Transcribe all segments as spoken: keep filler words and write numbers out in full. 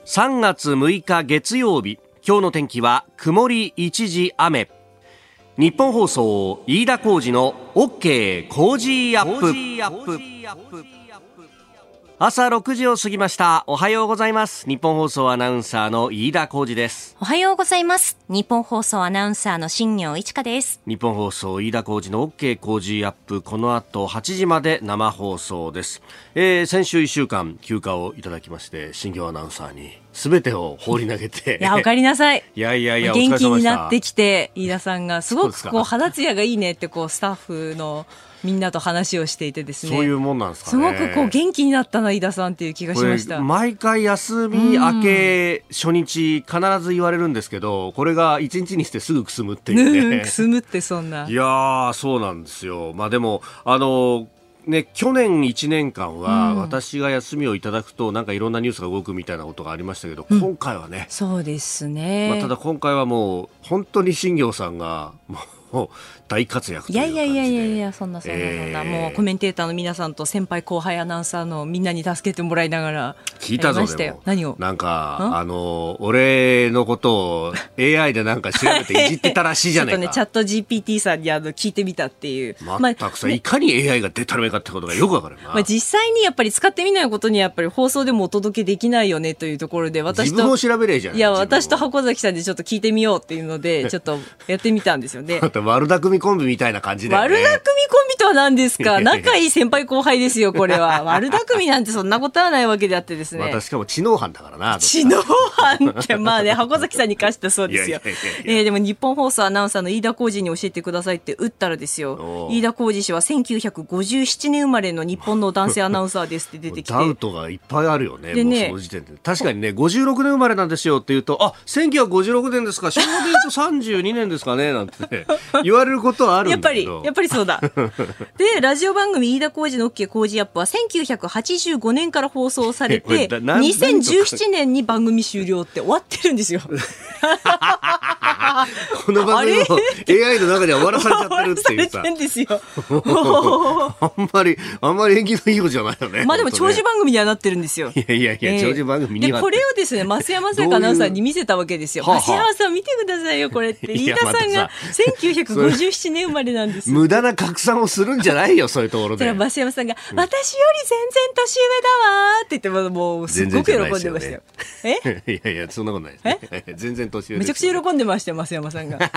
さんがつむいか月曜日、今日の天気は曇り一時雨。日本放送飯田浩司の OK コージーアップ。朝ろくじを過ぎました。おはようございます。日本放送アナウンサーの飯田浩司です。 おはようございます。日本放送アナウンサーの新業一華です。 日本放送飯田浩司の OK コージーアップ、この後はちじまで生放送です。えー、先週いっしゅうかん休暇をいただきまして、新業アナウンサーに全てを放り投げていや、お帰りなさい。 いやいやいや、 元気になってきて、飯田さんがすごくこう肌ツヤがいいねってこうスタッフのみんなと話をしていてですね、 そういうもんなんですかね。 すごくこう元気になったな飯田さんっていう気がしました。 毎回休み明け初日必ず言われるんですけど、これが一日にしてすぐくすむっていうね。 くすむってそんな。 いやー、そうなんですよ。まあでもあのね、去年いちねんかんは私が休みをいただくとなんかいろんなニュースが動くみたいなことがありましたけど、うん、今回はね、 そうですね、 まあ、ただ今回はもう本当に新業さんがもう大活躍という感じで。 いやいやいやいやいや、そんなそんなそんな、えー、もうコメンテーターの皆さんと先輩後輩アナウンサーのみんなに助けてもらいながら聞いたぞ。でも何をなんかあの俺のことを エーアイ でなんか調べていじってたらしいじゃないか。 ちょっとね、チャット ジーピーティー さんにあの聞いてみたっていう、 全くさ、まあ、いかに エーアイ が出たらめかってことがよくわかるな。 まあ、実際にやっぱり使ってみないことにやっぱり放送でもお届けできないよねというところで、私と自分を調べればいいじゃない。 いや、私と箱崎さんでちょっと聞いてみようっていうのでちょっとやってみたんですよね。 また悪巧みコンビみたいな感じで、ね、 悪巧みコンビとは何ですか。仲いい先輩後輩ですよ、これは。悪巧みなんてそんなことはないわけであってですね。 またしかも知能犯だからな。 知能犯ってまあね、箱崎さんに関してはそうですよ。いやいやいやいや、えー、でも日本放送アナウンサーの飯田浩司に教えてくださいって打ったらですよ、飯田浩司氏はせんきゅうひゃくごじゅうななねん生まれの日本の男性アナウンサーですって出てきてダウトがいっぱいあるよね。でね、もうその時点で確かにね、ごじゅうろくねん生まれなんですよって言うと、あ、せんきゅうひゃくごじゅうろくねんですか、昭和で言うとさんじゅうにねんですかねなんて、ね、言われることはあるんだけど、 やっぱりやっぱりそうだ。でラジオ番組飯田浩司の OK コージーアップはせんきゅうひゃくはちじゅうごねんから放送されてにせんじゅうななねんに番組終了って終わってるんですよ。 この番組も エーアイ の中では終わらされちゃってるっていうさ。 んですよ。 あんまりあんまり縁起のいいことじゃないよね。 まあでも長寿番組にはなってるんですよ。 いやいやいや、えー、長寿番組には。 でこれをですね、増山さやかアナウンサーに見せたわけですよ。増山さん見てくださいよこれって。飯田さんがせんきゅうひゃくごじゅうななねん生まれなんですよ。 無駄な拡散をするんじゃないよそういうところで。 それ増山さんが、うん、私より全然年上だわって言ってもうすごく喜んでましたよ。 え？いやいや、そんなことないですね。全然年上です。 めちゃくちゃ喜んでましたよ増山さんが。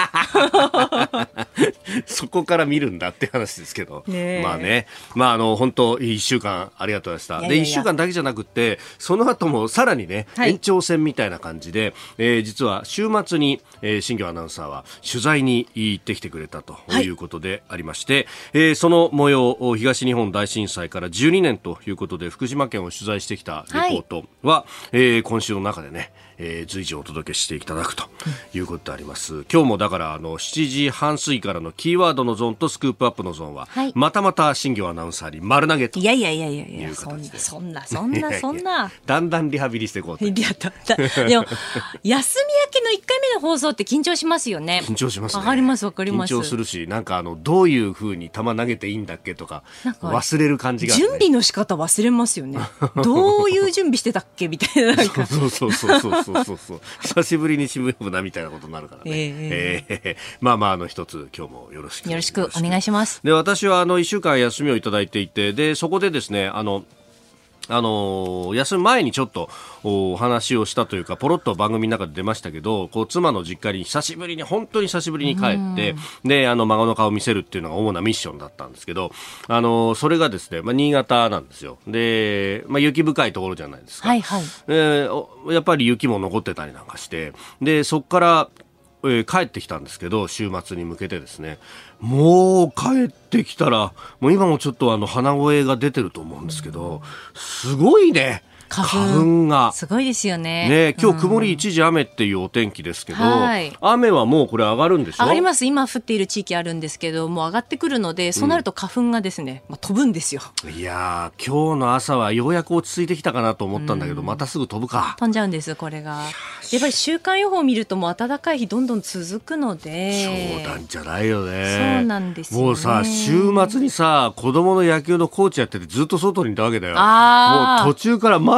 そこから見るんだって話ですけど、ね、まあね、まああの本当いっしゅうかんありがとうございました。いやいやいや、でいっしゅうかんだけじゃなくってその後もさらにね、はい、延長戦みたいな感じで、えー、実は週末に、えー、新業アナウンサーは取材に行ってきてくれたということでありまして、はい、えー、その模様を東日本大震災からじゅうにねんということで福島県を取材してきたレポートは、はい、えー、今週の中でね、えー、随時お届けしていただくということであります、うん、今日もだからあのしちじはん過ぎからのキーワードのゾーンとスクープアップのゾーンは、はい、またまた新業アナウンサーに丸投げという形で。 いやいやいやいや、そんなそんなそんなそんなだんだんリハビリしていこうと。いやだだでも休み明けのいっかいめの放送って緊張しますよね。 緊張しますね。 わかりますわかります。 緊張するし、なんかあのどういう風に球投げていいんだっけとか忘れる感じが、ね、 準備の仕方忘れますよね。どういう準備してたっけみたいな、なんかそうそうそうそうそうそうそう久しぶりに新聞部なみたいなことになるからね、えーえー、まあまああの一つ今日もよろしくよろしくお願いします。 で私はあのいっしゅうかん休みをいただいていて、でそこでですね、あのあのー、休む前にちょっとお話をしたというかポロッと番組の中で出ましたけど、こう妻の実家に久しぶりに本当に久しぶりに帰ってであの孫の顔を見せるっていうのが主なミッションだったんですけど、あのー、それがですね、まあ、新潟なんですよ。で、まあ、雪深いところじゃないですか、はいはい、えー、やっぱり雪も残ってたりなんかしてでそこからえー、帰ってきたんですけど週末に向けてですね、もう帰ってきたらもう今もちょっとあの鼻声が出てると思うんですけど、すごいね花粉、花粉がすごいですよ ね, ね今日曇り一時雨っていうお天気ですけど、はい、雨はもうこれ上がるんでしょ。 上がります。今降っている地域あるんですけどもう上がってくるので、そうなると花粉がですね、うん、まあ、飛ぶんですよ。 いや今日の朝はようやく落ち着いてきたかなと思ったんだけど、うん、またすぐ飛ぶか。 飛んじゃうんですこれが。やっぱり週間予報を見るともう暖かい日どんどん続くので。 そうなんじゃないよね。 そうなんですよね。 もうさ週末にさ子供の野球のコーチやっててずっと外にいたわけだよ。 あもう途中からマ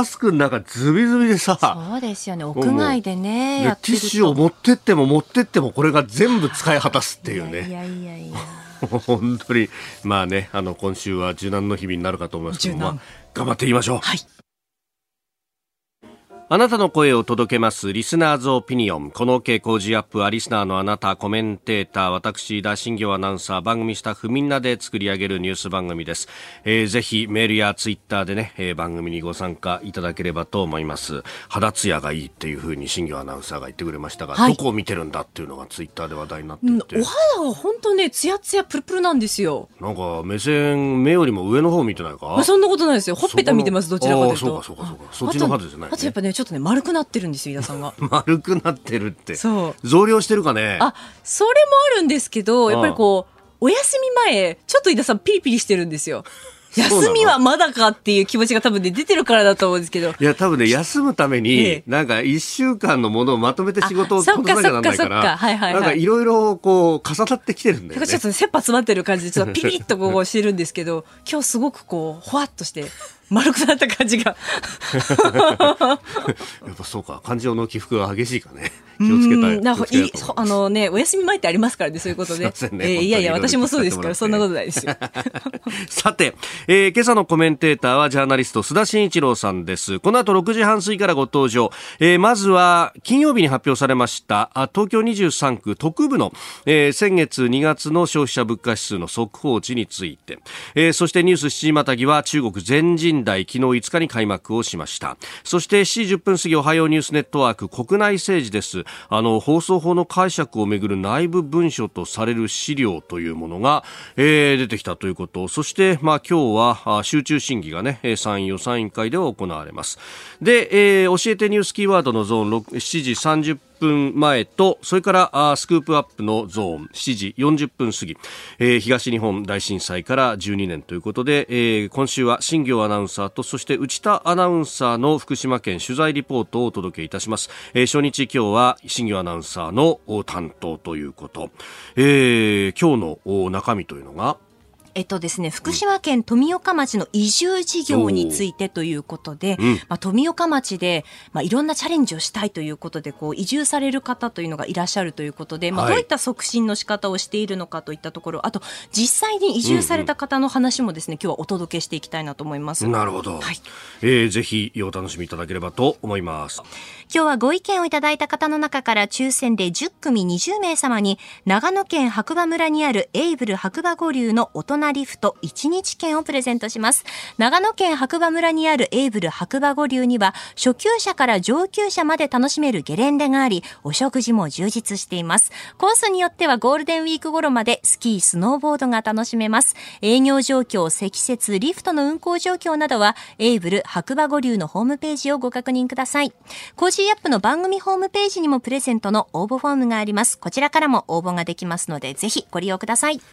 マスクの中ズビズビでさ、 そうですよね、屋外でね、 でやってるとティッシュを持ってっても持ってってもこれが全部使い果たすっていうね。 いやいやいや本当にまあね、あの今週は柔軟の日々になるかと思いますけど、まあ、頑張っていきましょう。 はい。 あなたの声を届けますリスナーズオピニオン。この OK 工事アップはリスナーのあなた、コメンテーター、私田新行アナウンサー、番組スタッフみんなで作り上げるニュース番組です。えー、ぜひメールやツイッターでね、えー、番組にご参加いただければと思います。肌ツヤがいいっていう風に新行アナウンサーが言ってくれましたが、はい、どこを見てるんだっていうのがツイッターで話題になっていて、 うん、お肌が本当ねツヤツヤプルプルなんですよ。 なんか目線目よりも上の方見てないか。 そんなことないですよ。ほっぺた見てます。どちらかというと。 そうかそうかそうか、そっちの肌ですね。 あとやっぱねちょっとね丸くなってるんですよ、飯田さんが。 丸くなってるって。 そう増量してるかね。 あ、それもあるんですけど、やっぱりこうお休み前ちょっと飯田さんピリピリしてるんですよ。休みはまだかっていう気持ちが多分ね出てるからだと思うんですけど。 いや多分ね、休むためになんかいっしゅうかんのものをまとめて仕事を取らなきゃならないから、なんかいろいろこう重なってきてるんだよね。 ちょっと切羽詰まってる感じでちょっとピリッとこうしてるんですけど、今日すごくこうほわっとして丸くなった感じがやっぱそうか、感情の起伏が激しいかね。気をつけたい。 なんかいあのね、お休み前ってありますからね、そういうことで、ねえー、いやいや私もそうですからそんなことないですよ。 さて、えー、今朝のコメンテーターはジャーナリスト須田慎一郎さんです。この後ろくじはん過ぎからご登場、えー、まずは金曜日に発表されました東京にじゅうさんく特部の、えー、先月にがつの消費者物価指数の速報値について、えー、そしてニュースしちじまたぎは中国全人代昨日いつかに開幕をしました。そしてしちじじゅっぷん過ぎおはようニュースネットワーク国内政治です。あの放送法の解釈をめぐる内部文書とされる資料というものが、えー、出てきたということ。そして、まあ、今日は集中審議がね参院予算委員会では行われます。で、えー、教えてニュースキーワードのゾーンしちじさんじゅっぷんまえと、それからあスクープアップのゾーンしちじよんじゅっぷん過ぎ、えー、東日本大震災からじゅうにねんということで、えー、今週は新行アナウンサーとそして内田アナウンサーの福島県取材リポートをお届けいたします。えー、初日今日は新行アナウンサーの担当ということ、えー、今日の中身というのがえっとですね、福島県富岡町の移住事業についてということで、うんまあ、富岡町で、まあ、いろんなチャレンジをしたいということでこう移住される方というのがいらっしゃるということで、まあ、どういった促進の仕方をしているのかといったところ、あと実際に移住された方の話もですね、うんうん、今日はお届けしていきたいなと思います。 なるほど、はいえー、ぜひお楽しみいただければと思います。 今日はご意見をいただいた方の中から抽選でじゅっくみにじゅうめい様に長野県白馬村にあるエイブル白馬五流の大人リフトいちにち券をプレゼントします。長野県白馬村にあるエイブル白馬五流には初級者から上級者まで楽しめるゲレンデがあり、お食事も充実しています。コースによってはゴールデンウィーク頃までスキースノーボードが楽しめます。営業状況、積雪、リフトの運行状況などはエイブル白馬五流のホームページをご確認ください。コージーアップの番組ホームページにもプレゼントの応募フォームがあります。こちらからも応募ができますのでぜひご利用ください。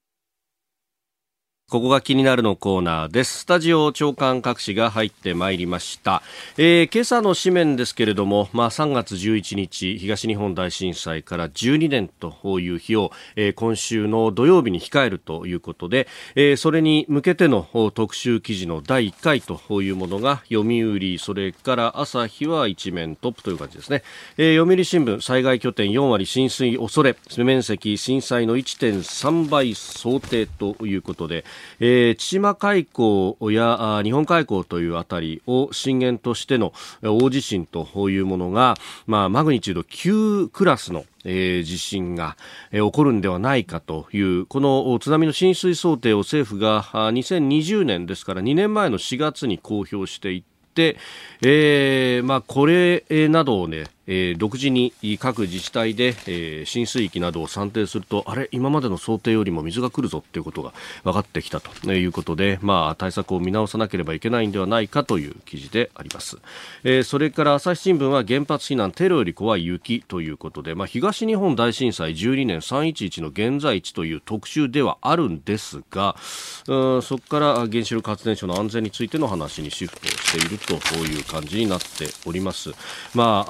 ここが気になるのコーナーです。スタジオ長官各紙が入ってまいりました。えー、今朝の紙面ですけれども、まあ、さんがつじゅういちにち東日本大震災からじゅうにねんという日を、えー、今週の土曜日に控えるということで、えー、それに向けての特集記事のだいいっかいというものが読売、それから朝日は一面トップという感じですね。えー、読売新聞、災害拠点よんわり浸水恐れ、面積震災の いってんさんばい想定ということで、えー、千島海溝や日本海溝というあたりを震源としての大地震というものが、まあ、マグニチュードきゅうクラスのえー、地震が、えー、起こるんではないかというこの津波の浸水想定を政府がにせんにじゅうねんですからにねんまえのしがつに公表していて、えーまあ、これなどをねえー、独自に各自治体で、えー、浸水域などを算定すると、あれ今までの想定よりも水が来るぞということが分かってきたということで、まあ、対策を見直さなければいけないんではないかという記事であります。えー、それから朝日新聞は原発避難テロより怖い雪ということで、まあ、東日本大震災じゅうにねんさんいちいちの現在地という特集ではあるんですが、うんそこから原子力発電所の安全についての話にシフトしているという感じになっております。まああの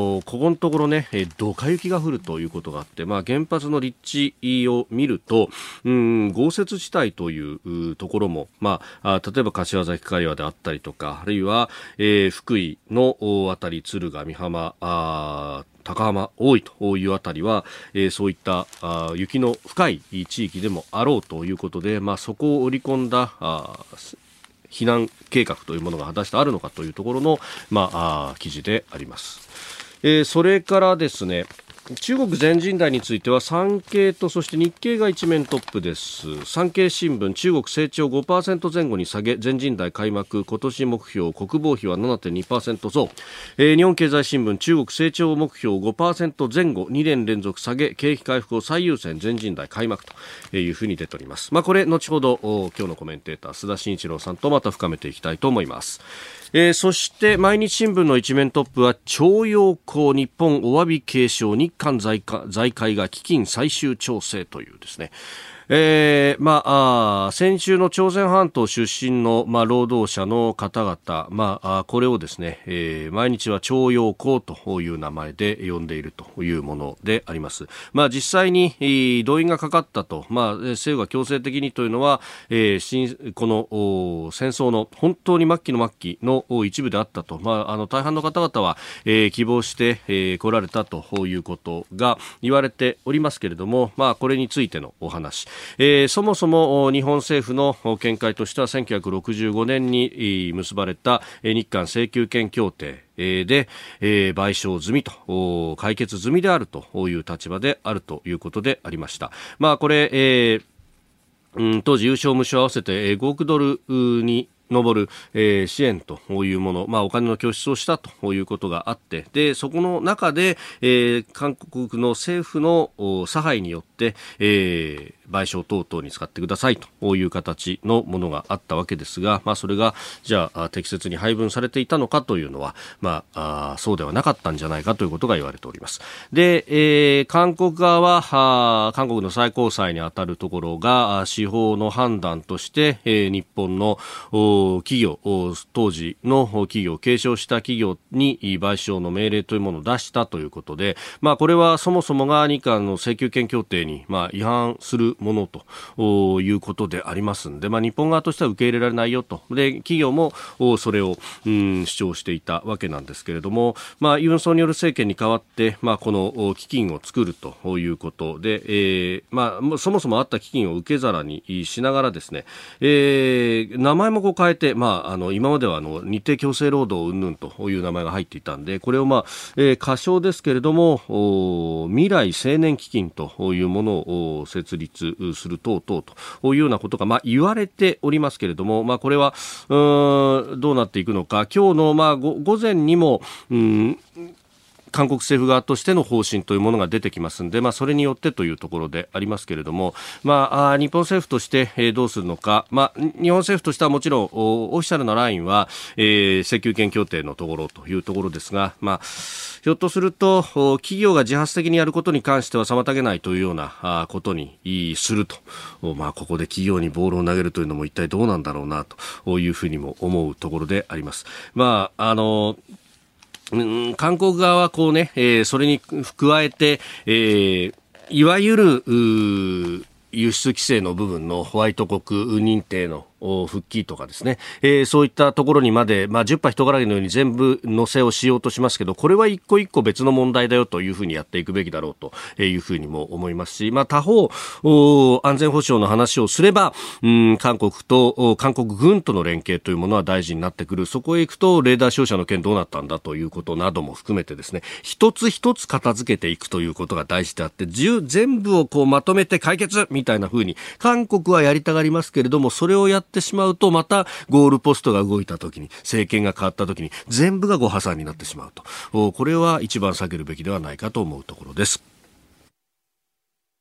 のここのところね、えー、ドカ雪が降るということがあって、まあ、原発の立地を見ると、うん、豪雪地帯というところも、まあ、あ例えば柏崎刈羽であったりとか、あるいは、えー、福井のあたり、敦賀、美浜、あ高浜、大井というあたりは、えー、そういったあ雪の深い地域でもあろうということで、まあ、そこを織り込んだあ避難計画というものが果たしてあるのかというところの、まあ、あ記事であります。えー、それからですね、中国全人代については産経とそして日経が一面トップです。産経新聞、中国成長 ごパーセント 前後に下げ、全人代開幕、今年目標国防費は ななてんにパーセント 増、えー、日本経済新聞、中国成長目標 ごパーセント 前後、にねん連続下げ、景気回復を最優先、全人代開幕というふうに出ております。まあ、これ後ほど今日のコメンテーター須田慎一郎さんとまた深めていきたいと思います。えー、そして毎日新聞の一面トップは徴用工、日本お詫び継承、日韓財界が基金最終調整というですね、えー、まあ、あ先週の朝鮮半島出身の、まあ、労働者の方々、まあ、あこれをですね、えー、毎日は徴用工という名前で呼んでいるというものであります。まあ、実際に、えー、動員がかかったと、まあ、政府が強制的にというのは、えー、新この戦争の本当に末期の末期の一部であったと、まあ、あの大半の方々は、えー、希望して、えー、来られたということが言われておりますけれども、まあ、これについてのお話、えー、そもそも日本政府の見解としてはせんきゅうひゃくろくじゅうごねんに結ばれた日韓請求権協定で、えー、賠償済みと解決済みであるという立場であるということでありました。まあこれ、えーうん、当時有償無償合わせてごおくドルに上る、えー、支援というもの、まあ、お金の拠出をしたということがあって、でそこの中で、えー、韓国の政府の差配によって、えー、賠償等々に使ってくださいという形のものがあったわけですが、まあ、それがじゃあ適切に配分されていたのかというのは、まあ、あそうではなかったんじゃないかということが言われております。で、えー、韓国側は韓国の最高裁にあたるところが司法の判断として、えー、日本の企業、当時の企業、継承した企業に賠償の命令というものを出したということで、まあ、これはそもそもが日韓の請求権協定に、まあ、違反するものということでありますので、まあ、日本側としては受け入れられないよと。で、企業もそれを、うん、主張していたわけなんですけれども、まあ、ユン・ソンニョル政権に代わって、まあ、この基金を作るということで、えーまあ、そもそもあった基金を受け皿にしながらですね、えー、名前もこう変えて、まあ、あの今まではあの日程強制労働云々という名前が入っていたんで、これを、まあえー、仮称ですけれども未来青年基金というものを設立する等々というようなことが、まあ、言われておりますけれども、まあ、これはうーんどうなっていくのか。今日の、まあ、ご午前にもうん韓国政府側としての方針というものが出てきますので、まあ、それによってというところでありますけれども、まあ、あ日本政府として、えー、どうするのか、まあ、日本政府としてはもちろんオフィシャルなラインは、えー、請求権協定のところというところですが、まあ、ひょっとすると企業が自発的にやることに関しては妨げないというようなことにすると、まあ、ここで企業にボールを投げるというのも一体どうなんだろうなというふうにも思うところであります。まあ、あのうん、韓国側はこうね、えー、それに加えて、えー、いわゆる輸出規制の部分のホワイト国認定の復帰とかですね、えー、そういったところにまで、まあ、じゅっぱい人柄のように全部乗せをしようとしますけど、これは一個一個別の問題だよというふうにやっていくべきだろうというふうにも思いますし、まあ、他方安全保障の話をすれば、うん、韓国と韓国軍との連携というものは大事になってくる。そこへ行くとレーダー照射の件どうなったんだということなども含めてですね、一つ一つ片付けていくということが大事であって、全部をこうまとめて解決みたいなふうに韓国はやりたがりますけれども、それをやってってしまうと、またゴールポストが動いたときに、政権が変わったときに全部がご破産になってしまうと、これは一番避けるべきではないかと思うところです。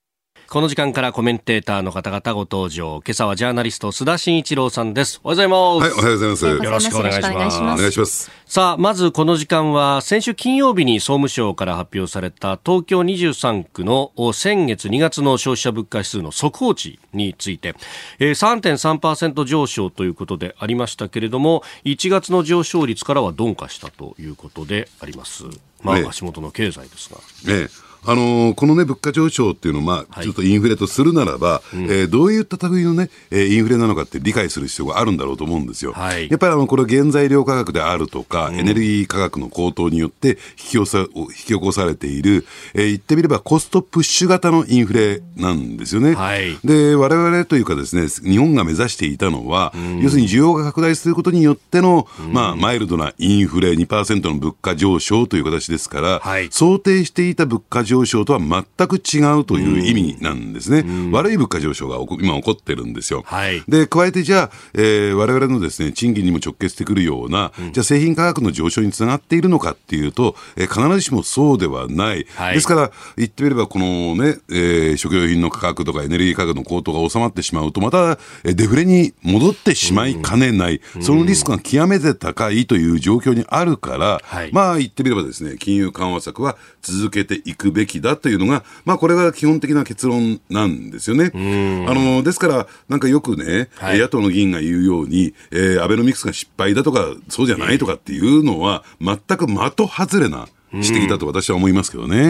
この時間からコメンテーターの方々ご登場。今朝はジャーナリスト須田慎一郎さんです。おはようございます。 はい、おはようございます。 よろしくお願いします。 お願いします。 さあ、まずこの時間は先週金曜日に総務省から発表された東京にじゅうさん区の先月にがつの消費者物価指数の速報値について、えー、さんてんさんパーセント 上昇ということでありましたけれども、いちがつの上昇率からは鈍化したということであります。まあ、足元の経済ですが。 ええあのー、この、ね、物価上昇っていうのを、まあ、ちょっとインフレとするならば、はい、えー、どういった類の、ね、インフレなのかって理解する必要があるんだろうと思うんですよ。はい、やっぱりあのこれ原材料価格であるとか、うん、エネルギー価格の高騰によって引き起こさ、引き起こされている、えー、言ってみればコストプッシュ型のインフレなんですよね。はい、で我々というかですね、日本が目指していたのは、うん、要するに需要が拡大することによっての、うん、まあ、マイルドなインフレ にパーセント の物価上昇という形ですから、はい、想定していた物価上昇とは全く違うという意味なんですね。うん、悪い物価上昇が今起こってるんですよ。はい、で加えてじゃあ、えー、我々のですね賃金にも直結してくるような、うん、じゃあ製品価格の上昇につながっているのかっていうと、えー、必ずしもそうではない。はい、ですから言ってみればこのね、えー、食料品の価格とかエネルギー価格の高騰が収まってしまうとまたデフレに戻ってしまいかねない、うん、そのリスクが極めて高いという状況にあるから、はい、まあ言ってみればですね金融緩和策は続けていくべきだというのがまあこれが基本的な結論なんですよね。あのですからなんかよくね、はい、野党の議員が言うように、えー、アベノミクスが失敗だとかそうじゃないとかっていうのは全く的外れな指摘だと私は思いますけどね。 うん、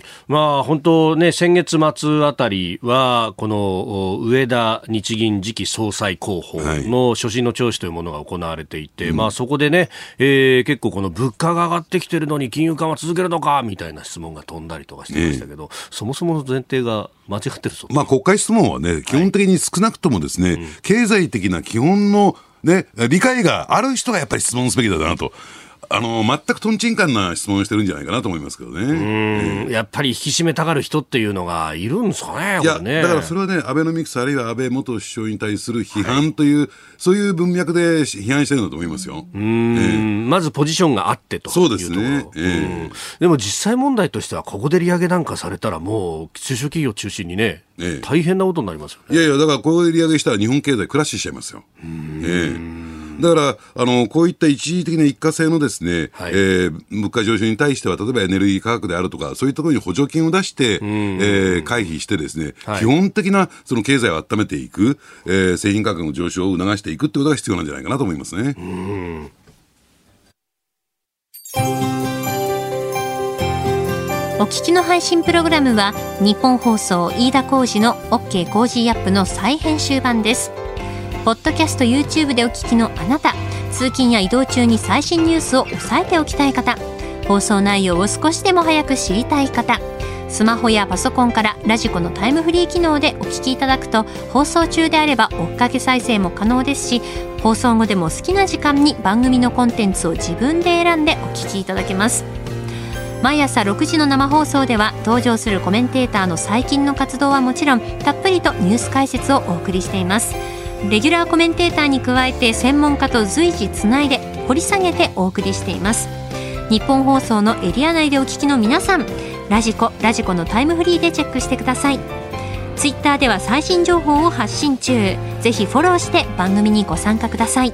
まあ本当ね、先月末あたりはこの上田日銀次期総裁候補の所信の聴取というものが行われていて、はい、まあそこでね、えー、結構この物価が上がってきてるのに金融緩和続けるのかみたいな質問が飛んだりとかしてましたけど、えー、そもそもの前提が間違ってるそうです。 まあ国会質問はね基本的に少なくともですね、はい、経済的な基本のね理解がある人がやっぱり質問すべきだなと。あの全くトンチンカンな質問をしてるんじゃないかなと思いますけどね。うん、 えー、やっぱり引き締めたがる人っていうのがいるんですかね。 いや、 これね、 だからそれはねアベノミクスあるいは安倍元首相に対する批判という、はい、そういう文脈で批判してるんだと思いますよ。 うーん、えー、まずポジションがあってというところ。 そうですね、えー、 うん、でも実際問題としてはここで利上げなんかされたらもう中小企業中心にね、えー、大変なことになりますよね。 いやいやだからここで利上げしたら日本経済クラッシュしちゃいますよ。うーん、えーだからあのこういった一時的な一過性のですね、はい、えー、物価上昇に対しては例えばエネルギー価格であるとかそういうところに補助金を出して、えー、回避してですね、はい、基本的なその経済を温めていく、えー、製品価格の上昇を促していくということが必要なんじゃないかなと思いますね。うん、 お聞きの配信プログラムは日本放送飯田浩司の OK コージーアップの再編集版です。ポッドキャスト YouTube でお聞きのあなた、通勤や移動中に最新ニュースを押さえておきたい方、放送内容を少しでも早く知りたい方、スマホやパソコンからラジコのタイムフリー機能でお聞きいただくと放送中であれば追っかけ再生も可能ですし、放送後でも好きな時間に番組のコンテンツを自分で選んでお聞きいただけます。毎朝ろくじの生放送では登場するコメンテーターの最近の活動はもちろんたっぷりとニュース解説をお送りしています。レギュラーコメンテーターに加えて専門家と随時つないで掘り下げてお送りしています。日本放送のエリア内でお聞きの皆さん、ラジコ、ラジコのタイムフリーでチェックしてください。ツイッターでは最新情報を発信中。ぜひフォローして番組にご参加ください。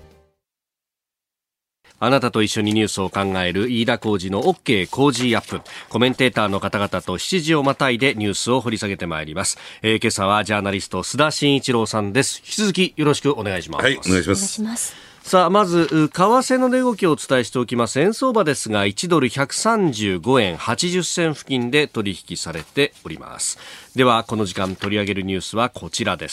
あなたと一緒にニュースを考える飯田浩司の OK 工事アップ。コメンテーターの方々としちじをまたいでニュースを掘り下げてまいります。えー、今朝はジャーナリスト須田慎一郎さんです。引き続きよろしくお願いします。 はい、お願いします。 さあまず為替の値動きをお伝えしておきます。円相場ですがいちドルひゃくさんじゅうごえんはちじゅっせん付近で取引されております。ではこの時間取り上げるニュースはこちらです。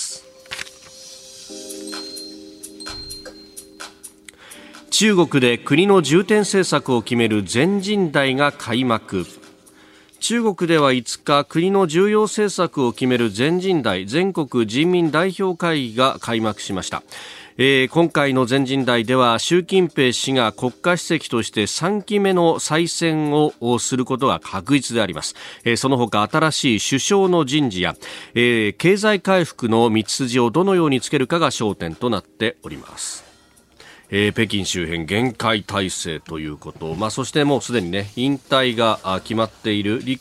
中国で国の重点政策を決める全人代が開幕。中国ではいつか国の重要政策を決める全人代全国人民代表会議が開幕しました。えー、今回の全人代では習近平氏が国家主席としてさんきめの再選をすることが確実であります。えー、その他新しい首相の人事や、えー、経済回復の道筋をどのようにつけるかが焦点となっております。えー、北京周辺厳戒態勢ということ、まあ、そしてもうすでにね引退が決まっている李克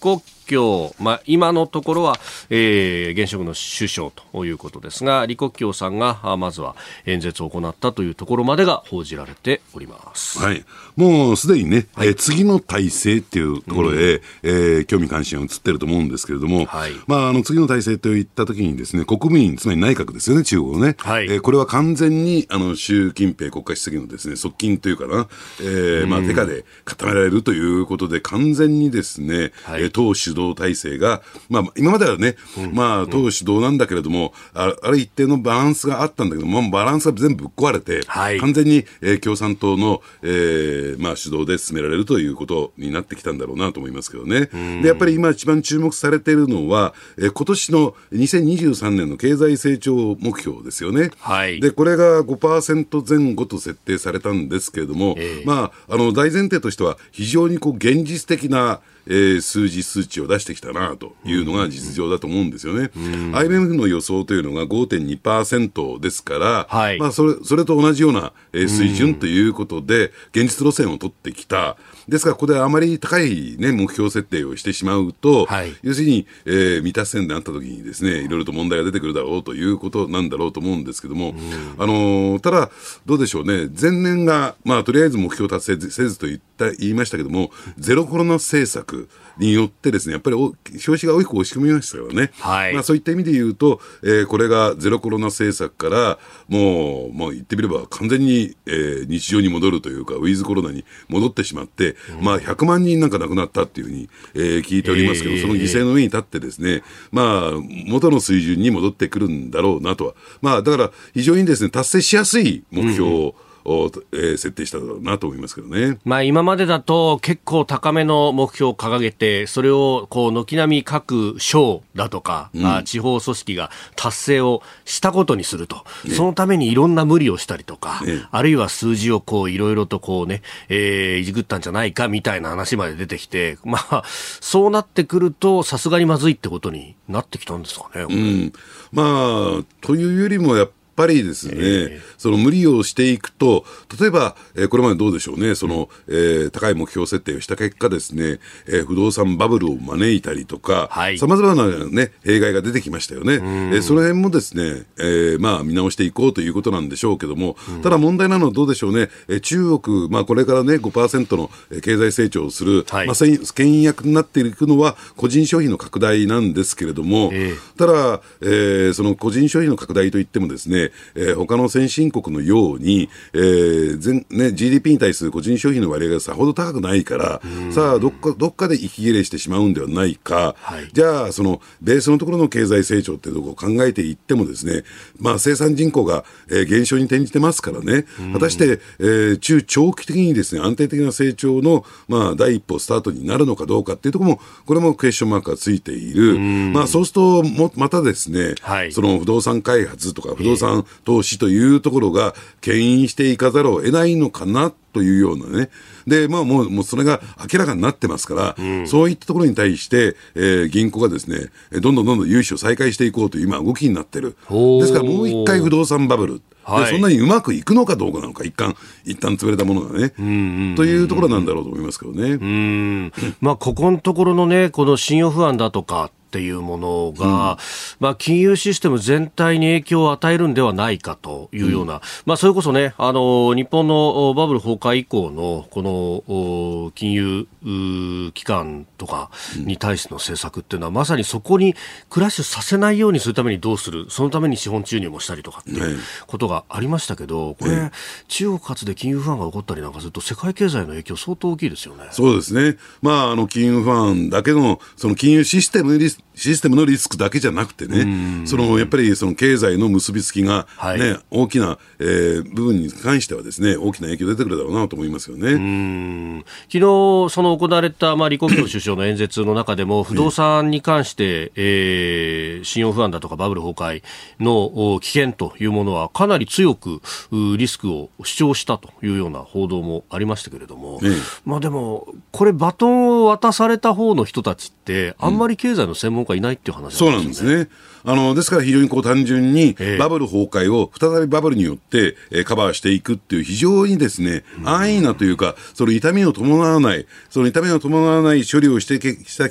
強、まあ、今のところは、えー、現職の首相ということですが、李克強さんがまずは演説を行ったというところまでが報じられております。 はい、もうすでにね、はい、えー、次の体制っていうところへ、うん、えー、興味関心が移っていると思うんですけれども、はい、まあ、あの次の体制といったときにですね、国民、つまり内閣ですよね、中国のね、はい、えー、これは完全にあの習近平国家主席のですね、側近というかな、えーまあ、手下で固められるということで、完全にですね、はい、党主導体制が、まあ、今まではね、うん、まあ、党主導なんだけれども、うん、あ, ある一定のバランスがあったんだけども、バランスが全部ぶっ壊れて、はい、完全に、えー、共産党の、えーまあ、主導で進められるということになってきたんだろうなと思いますけどね。でやっぱり今一番注目されているのは、えー、今年のにせんにじゅうさんねんの経済成長目標ですよね。はい、でこれが ごパーセント 前後と設定されたんですけれども、えーまあ、あの大前提としては非常にこう現実的なえー、数字数値を出してきたなというのが実情だと思うんですよね。アイエムエフ の予想というのが ごてんにパーセント ですから、はい、まあ、それ、それと同じような、えー、水準ということで現実路線を取ってきた。ですからここであまり高い、ね、目標設定をしてしまうと、はい、要するに、えー、未達成になった時にですね、いろいろと問題が出てくるだろうということなんだろうと思うんですけども、あのー、ただどうでしょうね、前年が、まあ、とりあえず目標達成せずと言った言いましたけども、ゼロコロナ政策によってですね、やっぱり消費が大きく押し込みましたよね。はい、まあ、そういった意味で言うと、えー、これがゼロコロナ政策からもう、もう言ってみれば完全に、えー、日常に戻るというか、ウィズコロナに戻ってしまって、うん、まあ、ひゃくまんにんなんか亡くなったっていうふうに、えー、聞いておりますけど、えー、その犠牲の上に立ってですね、まあ、元の水準に戻ってくるんだろうなとは。まあ、だから非常にですね、達成しやすい目標を、うんをえー、設定しただろうなと思いますけどね。 まあ、今までだと結構高めの目標を掲げて、それをこう軒並み各省だとか、うん、あ地方組織が達成をしたことにすると、ね、そのためにいろんな無理をしたりとか、ね、あるいは数字をこういろいろとこうね、えー、いじくったんじゃないかみたいな話まで出てきて、まあ、そうなってくるとさすがにまずいってことになってきたんですかね。 うん、まあ、というよりもやっぱやっぱりですね、えー、その無理をしていくと、例えば、えー、これまでどうでしょうね、その、えー、高い目標設定をした結果ですね、えー、不動産バブルを招いたりとか、さまざまなね、弊害が出てきましたよね。えー、その辺もですね、えー、まあ見直していこうということなんでしょうけども、ただ問題なのはどうでしょうね、えー、中国、まあこれからね、ごパーセント の経済成長をする、はい、まあ、牽引役になっていくのは個人消費の拡大なんですけれども、えー、ただ、えー、その個人消費の拡大といってもですね、えー、他の先進国のように、えー全ね、ジーディーピー に対する個人消費の割合がさほど高くないから、さあどっか、どっかで息切れしてしまうんではないか、はい、じゃあそのベースのところの経済成長っていうところを考えていってもですね、まあ、生産人口が、えー、減少に転じてますからね、果たして、えー、中長期的にですね、安定的な成長の、まあ、第一歩スタートになるのかどうかっていうところも、これもクエスチョンマークがついている。まあ、そうするともまたですね、はい、その不動産開発とか不動産投資というところが牽引していかざるを得ないのかなというようなね。で、まあもう、もうそれが明らかになってますから、うん、そういったところに対して、えー、銀行がですね、どんどんどんどん融資を再開していこうという今動きになってる。ですからもう一回不動産バブル。はい、でそんなにうまくいくのかどうかなのか、一旦、一旦潰れたものがね、うんうんうんうん、というところなんだろうと思いますけどね。 うん。まあ、ここのところのね、この信用不安だとか、っていうものが、うん、まあ、金融システム全体に影響を与えるんではないかというような、うん、まあ、それこそね、あの日本のバブル崩壊以降のこの金融機関とかに対しての政策っていうのは、まさにそこにクラッシュさせないようにするためにどうする、そのために資本注入もしたりとかっていうことがありましたけど、これ、ね、中国発で金融不安が起こったりなんかすると世界経済の影響相当大きいですよね。 そうですね、まあ、あの金融不安だけのその金融システムリスシステムのリスクだけじゃなくてね、そのやっぱりその経済の結びつきが、ね、はい、大きな、えー、部分に関してはですね、大きな影響出てくるだろうなと思いますよね。 うん、昨日その行われた、まあ、李克強首相の演説の中でも不動産に関して、ね、えー、信用不安だとかバブル崩壊の危険というものはかなり強くリスクを主張したというような報道もありましたけれども、ね、まあ、でもこれバトンを渡された方の人たちってあんまり経済の専門家いないっていう話なんですね。 そうなんですね。あのですから非常にこう単純にバブル崩壊を再びバブルによって、えー、カバーしていくっていう非常にですね、安易なというか、その痛みを伴わない、その痛みを伴わない処理をしてきた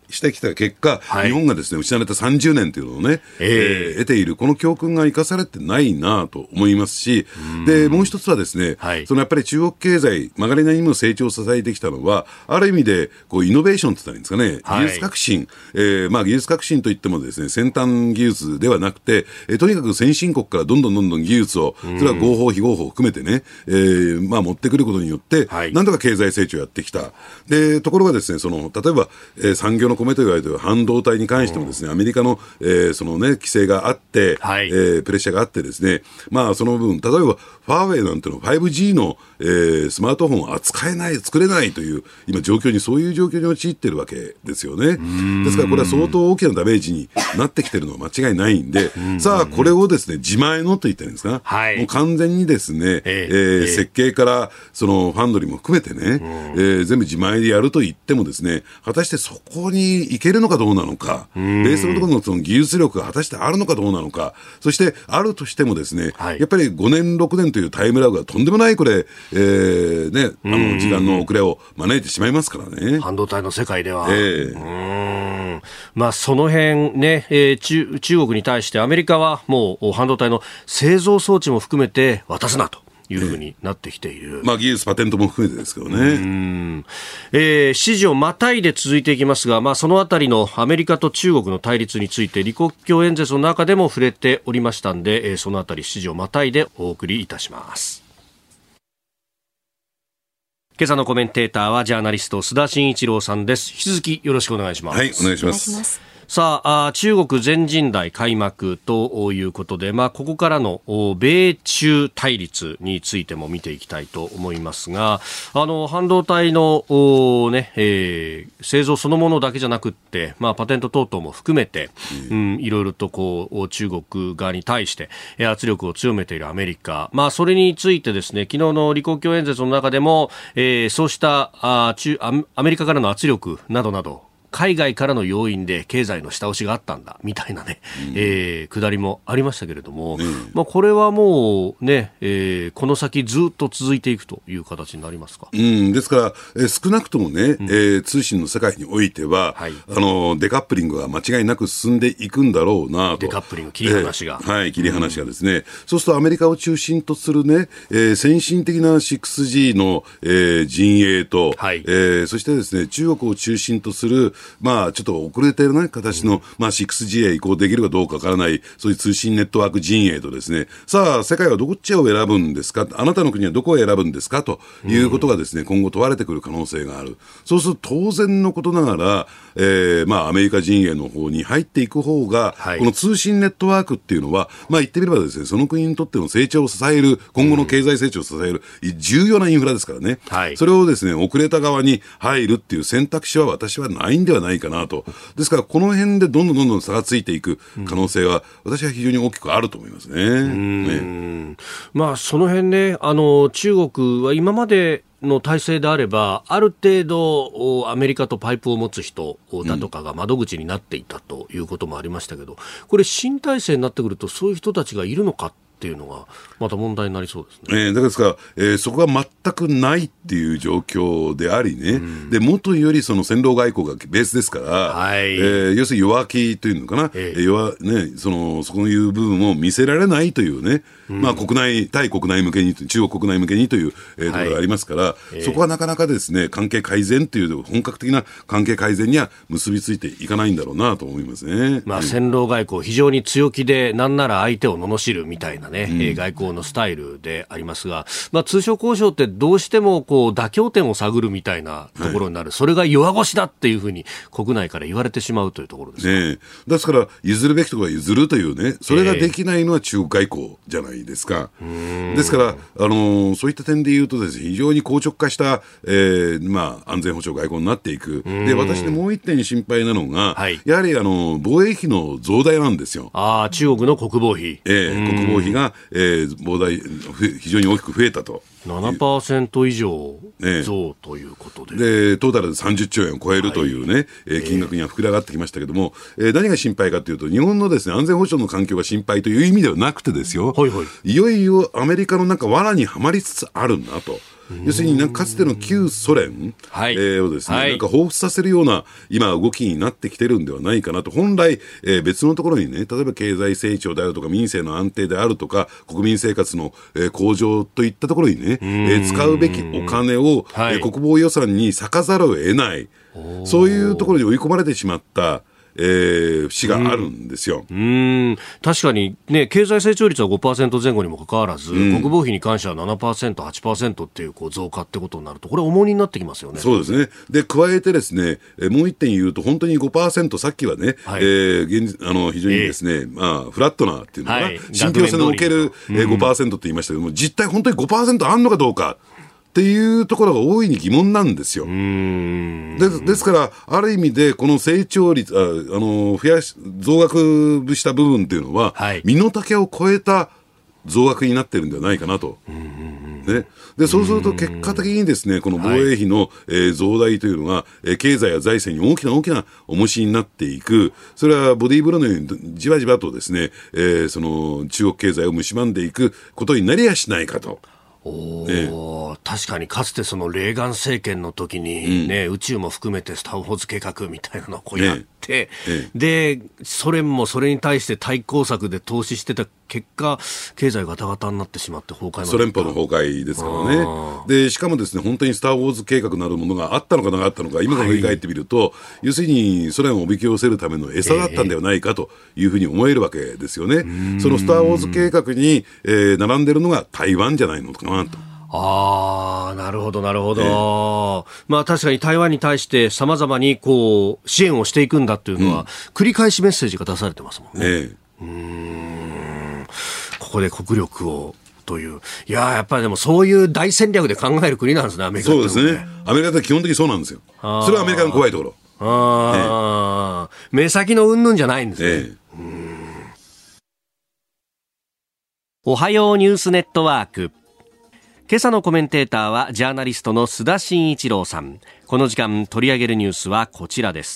してきた結果、はい、日本がですね失われたさんじゅうねんというのをね、えーえー、得ているこの教訓が生かされてないなと思いますし、でもう一つはですね、はい、そのやっぱり中国経済曲がりなりにも成長を支えてきたのはある意味でこうイノベーションと言ったらいいんですかね、はい、技術革新、えーまあ、技術革新といってもですね先端技術ではなくて、えー、とにかく先進国からどんどんどんどん技術をそれは合法非合法を含めてね、えーまあ、持ってくることによって、はい、なんとか経済成長をやってきた。でところがですねその例えば、えー、産業の米と言われている半導体に関してもですねアメリカの、えーそのね、規制があって、はいえー、プレッシャーがあってですね、まあ、その分例えばファーウェイなんての ファイブジー の、えー、スマートフォンを扱えない作れないという今状況にそういう状況に陥っているわけですよね。ですからこれは相当大きなダメージになってきているのは間違いないんで、さあこれをですね自前のと言ってるんですか、はい、もう完全にですね、えーえー、設計からそのファンドリーも含めてね、えー、全部自前でやると言ってもですね果たしてそこに行けるのかどうなのか、ベースのところのその技術力が果たしてあるのかどうなのか、そしてあるとしてもですね、はい、やっぱりごねんろくねんというタイムラグがとんでもないこれ、えーね、あの時間の遅れを招いてしまいますからね。 半導体の世界では、えー、うーんまあ、その辺ね、えー、中, 中国に対してアメリカはもう半導体の製造装置も含めて渡すなというふうになってきている、 えーまあ、技術パテントも含めてですけどね。 うん、えー、支持をまたいで続いていきますが、まあ、そのあたりのアメリカと中国の対立について李克強演説の中でも触れておりましたんで、えー、そのあたり支持をまたいでお送りいたします。今朝のコメンテーターはジャーナリスト須田慎一郎さんです。引き続きよろしくお願いします。 はい、お願いします。 さあ、中国全人代開幕ということで、まあ、ここからの米中対立についても見ていきたいと思いますが、あの半導体の、ねえー、製造そのものだけじゃなくって、まあ、パテント等々も含めて、うん、いろいろとこう中国側に対して圧力を強めているアメリカ、まあ、それについてですね、昨日の李克強演説の中でも、えー、そうしたあ中アメリカからの圧力などなど海外からの要因で経済の下押しがあったんだみたいなね、うんえー、下りもありましたけれども、うんまあ、これはもうね、えー、この先ずっと続いていくという形になりますか。 うん、ですから、えー、少なくともね、うんえー、通信の世界においては、はい、あのデカップリングが間違いなく進んでいくんだろうなと。 デカップリング切り離しが、 えー、はい切り離しがですね、うん、そうするとアメリカを中心とするね、えー、先進的な シックスジー の、えー、陣営と、はいえー、そしてですね中国を中心とするまあちょっと遅れている、ね、形の、まあ、シックスジー へ移行できるかどうかわからないそういう通信ネットワーク陣営とですね、さあ世界はどっちを選ぶんですか、あなたの国はどこを選ぶんですかということがですね、今後問われてくる可能性がある。そうすると当然のことながら、えーまあ、アメリカ陣営の方に入っていく方が、はい、この通信ネットワークっていうのは、まあ、言ってみればですねその国にとっての成長を支える、今後の経済成長を支える重要なインフラですからね、はい、それをですね遅れた側に入るっていう選択肢は私はないんではないかなと。ですからこの辺でどんどんどんどん差がついていく可能性は、うん、私は非常に大きくあると思いますね。うんねまあ、その辺ね、あの中国は今までの体制であればある程度アメリカとパイプを持つ人だとかが窓口になっていたということもありましたけど、これ新体制になってくるとそういう人たちがいるのかっていうのがまた問題になりそうですね。 えー、だから、えー、そこが全くないっていう状況でありね、うん、でもとよりその戦狼外交がベースですから、はいえー、要するに弱気というのかな、えー弱ね、そのそういう部分を見せられないというね、うんまあ、国内対国内向けに中国国内向けにという、えー、ところがありますから、はいえー、そこはなかなかですね関係改善という本格的な関係改善には結びついていかないんだろうなと思いますね。 まあ、戦狼外交非常に強気でなんなら相手を罵るみたいなね、うん、外交のスタイルでありますが、まあ、通商交渉ってどうしてもこう妥協点を探るみたいなところになる、はい、それが弱腰だっていうふうに国内から言われてしまうというところですか、 ね、ですから譲るべきところは譲るというね、それができないのは中国外交じゃないですか、えー、ですから、あのー、そういった点で言うとですね非常に硬直化した、えーまあ、安全保障外交になっていく。で私でもう一点心配なのが、はい、やはりあの防衛費の増大なんですよ。 あ中国の国防費、 えー、国防費が、えー膨大非常に大きく増えたと。 ななパーセント 以上増ということで、 ね、でトータルでさんじゅっちょうえんを超えるというね、はいえー、金額には膨れ上がってきましたけども、えー、何が心配かというと日本のですね安全保障の環境が心配という意味ではなくてですよ、はいはい、いよいよアメリカのなんか罠にはまりつつあるんだと。 要するになんかかつての旧ソ連、はいえー、をですね、はい、なんか彷彿させるような今動きになってきてるんではないかなと。本来、えー、別のところにね、例えば経済成長であるとか民政の安定であるとか国民生活の、えー、向上といったところにね、えー、使うべきお金を、はいえー、国防予算に割かざるを得ない、そういうところに追い込まれてしまったえー、節があるんですよ。 うん、うん確かに、ね、経済成長率は ごパーセント 前後にもかかわらず、うん、国防費に関しては ななパーセント、はちパーセント っていう、こう増加ってことになると、これ重荷になってきますよね。 そうですね。で、加えてですね、えもう一点言うと、本当に ごパーセント、さっきはね、はいえー、現あの非常にですね、えーまあ、フラットなっていうのかな、はい、信憑性のおける、えー、ごパーセント って言いましたけども、実態本当に ごパーセント あんのかどうか。っていうところが大いに疑問なんですよ。うーん で, ですからある意味でこの成長率 あ, あの増やし増額した部分っていうのは、はい、身の丈を超えた増額になってるんではないかなと。うんうんね、でそうすると結果的にですねこの防衛費の、はいえー、増大というのが、えー、経済や財政に大きな大きな重しになっていく。それはボディーブローのようにじわじわとですね、えー、その中国経済を蝕んでいくことになりやしないかと。 おええ、確かにかつてそのレーガン政権の時に、ねうん、宇宙も含めてスター・ウォーズ計画みたいなのをこうやって、ええ、でソ連もそれに対して対抗策で投資してた結果経済ガタガタになってしまって崩壊までソ連邦の崩壊ですからね。でしかもですね本当にスター・ウォーズ計画なるものがあったのかなかったのか今から振り返ってみると、はい、要するにソ連をおびき寄せるための餌だったんではないかというふうに思えるわけですよね。ええ、そのスター・ウォーズ計画に、えー、並んでるのが台湾じゃないのかなと。 ああ、なるほど、なるほど。えー、まあ確かに台湾に対して様々にこう支援をしていくんだっていうのは、うん、繰り返しメッセージが出されてますもんね。えー、うーんここで国力をという。いややっぱりでもそういう大戦略で考える国なんですね、アメリカって、ね。 そうですね。アメリカって基本的にそうなんですよ。それはアメリカの怖いところ。 ああ、えー、目先の云々じゃないんですね。えー、うーんおはようニュースネットワーク。今朝のコメンテーターはジャーナリストの須田慎一郎さん。この時間取り上げるニュースはこちらです。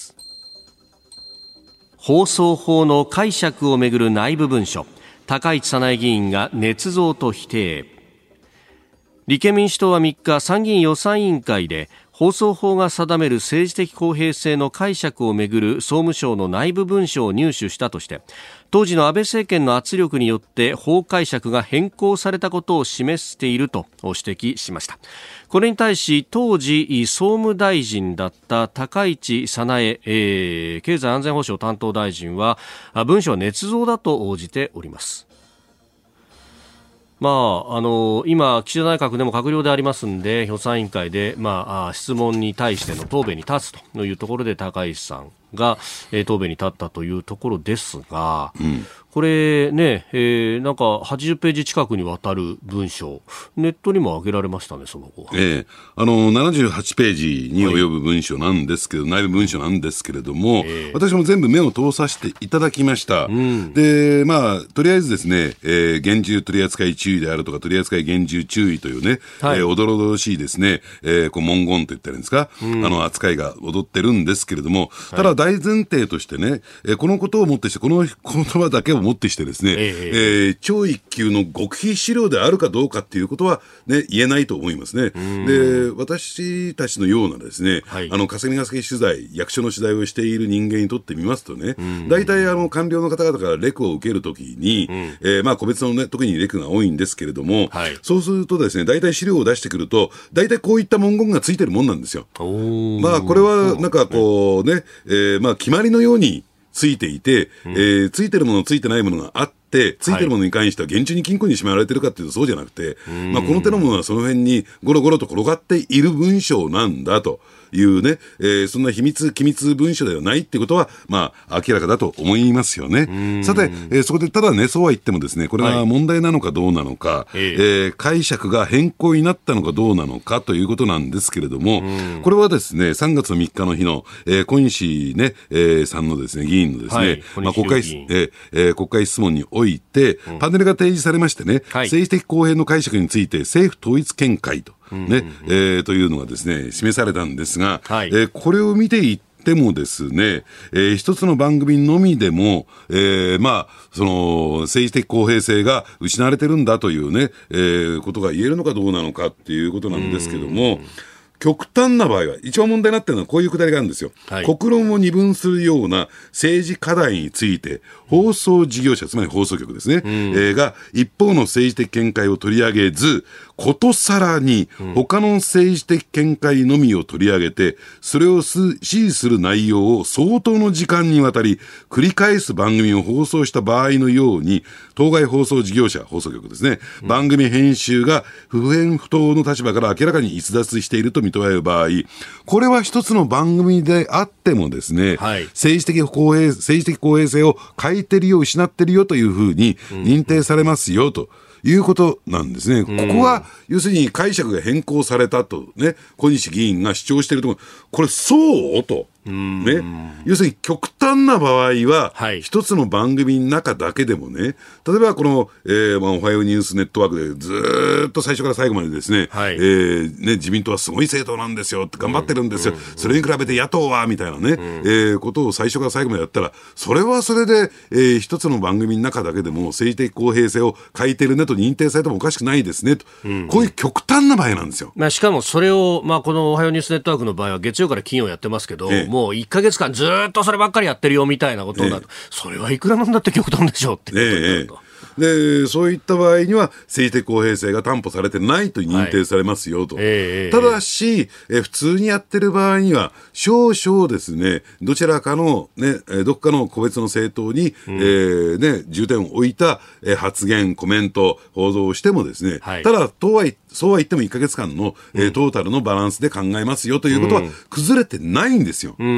放送法の解釈をめぐる内部文書、高市早苗議員が捏造と否定。立憲民主党はみっか参議院予算委員会で放送法が定める政治的公平性の解釈をめぐる総務省の内部文書を入手したとして当時の安倍政権の圧力によって法解釈が変更されたことを示していると指摘しました。これに対し当時総務大臣だった高市早苗、えー、経済安全保障担当大臣は文書は捏造だと応じております。まあ、あの今、岸田内閣でも閣僚でありますんで予算委員会で、まあ、質問に対しての答弁に立つというところで高市さんが、えー、答弁に立ったというところですが、うん、これね、えー、なんかはちじゅっページ近くにわたる文章ネットにも上げられましたねその後、 えー、あのななじゅうはちページに及ぶ文書なんですけど、はい、内部文書なんですけれども、えー、私も全部目を通させていただきました、うん、でまあとりあえずですね、えー、厳重取扱注意であるとか取扱厳重注意というね、はい、えー、おどろおどろしいですね、えー、こう文言と言ったらいいんですか、うん、あの扱いが踊ってるんですけれども、ただ大前提としてね、えー、このことをもってしてこの言葉だけをもってしてですね、えーえー、超一級の極秘資料であるかどうかっていうことは、ね、言えないと思いますね。で私たちのようなですね、はい、あの霞が関取材役所の取材をしている人間にとってみますとね、大体あの官僚の方々からレクを受けるときに、うん、えー、まあ個別の、ね、特にレクが多いんですけれども、はい、そうするとですね大体資料を出してくると大体こういった文言がついてるもんなんですよ。まあこれはなんかこうね、えー、まあ決まりのようについていて、うん、えー、ついてるものついてないものがあってついてるものに関しては厳重に金庫にしまわれてるかっていうとそうじゃなくて、まあ、この手のものはその辺にゴロゴロと転がっている文章なんだというね、えー、そんな秘密機密文書ではないってことは、まあ、明らかだと思いますよね。さて、えー、そこでただねそうは言ってもですねこれは問題なのかどうなのか、はい、えー、解釈が変更になったのかどうなのかということなんですけれども、これはですねさんがつみっかの日の、えー、小西、ねえー、さんのですね議員のですね、はい、まあ、国会、えー、国会質問において、うん、パネルが提示されましてね、はい、政治的公平の解釈について政府統一見解とね、うんうんうん、えー、というのがですね示されたんですが、はい、えー、これを見ていってもですね、えー、一つの番組のみでも、えー、まあ、その、政治的公平性が失われてるんだというね、えー、ことが言えるのかどうなのかっていうことなんですけども、極端な場合は、一番問題になっているのはこういうくだりがあるんですよ。はい、国論を二分するような政治課題について、放送事業者、つまり放送局ですね、うん、えー、が一方の政治的見解を取り上げず、ことさらに他の政治的見解のみを取り上げて、それを支持する内容を相当の時間にわたり繰り返す番組を放送した場合のように、当該放送事業者、放送局ですね、うん、番組編集が不偏不当の立場から明らかに逸脱していると認められる場合、これは一つの番組であってもですね、はい、政治的公平、政治的公平性を欠いてるよ、失ってるよというふうに認定されますよと。いうことなんですね。ここは、要するに解釈が変更されたとね、小西議員が主張しているところ、これそうと。ね、要するに極端な場合は、はい、一つの番組の中だけでもね、例えばこの、えーまあ、おはようニュースネットワークでずーっと最初から最後までですね、はい、えー、ね、自民党はすごい政党なんですよって頑張ってるんですよ、うんうんうん、それに比べて野党はみたいなね、うん、えー、ことを最初から最後までやったら、それはそれで、えー、一つの番組の中だけでも政治的公平性を欠いてるねと認定されてもおかしくないですねと、うん、こういう極端な場合なんですよ。 まあ、しかもそれを、まあ、このおはようニュースネットワークの場合は月曜から金曜やってますけど、ええ、もういっかげつかんずっとそればっかりやってるよみたいなことになると、ええ、それはいくらなんだって極端でしょうってことになると、ええでそういった場合には政治的公平性が担保されてないと認定されますよと、はい、えー、ただしえ普通にやってる場合には少々ですね、どちらかの、ね、どこかの個別の政党に、うん、えーね、重点を置いた発言コメント報道をしてもですね、はい、ただとはそうは言ってもいっかげつかんの、うん、トータルのバランスで考えますよということは崩れてないんですよ、うん、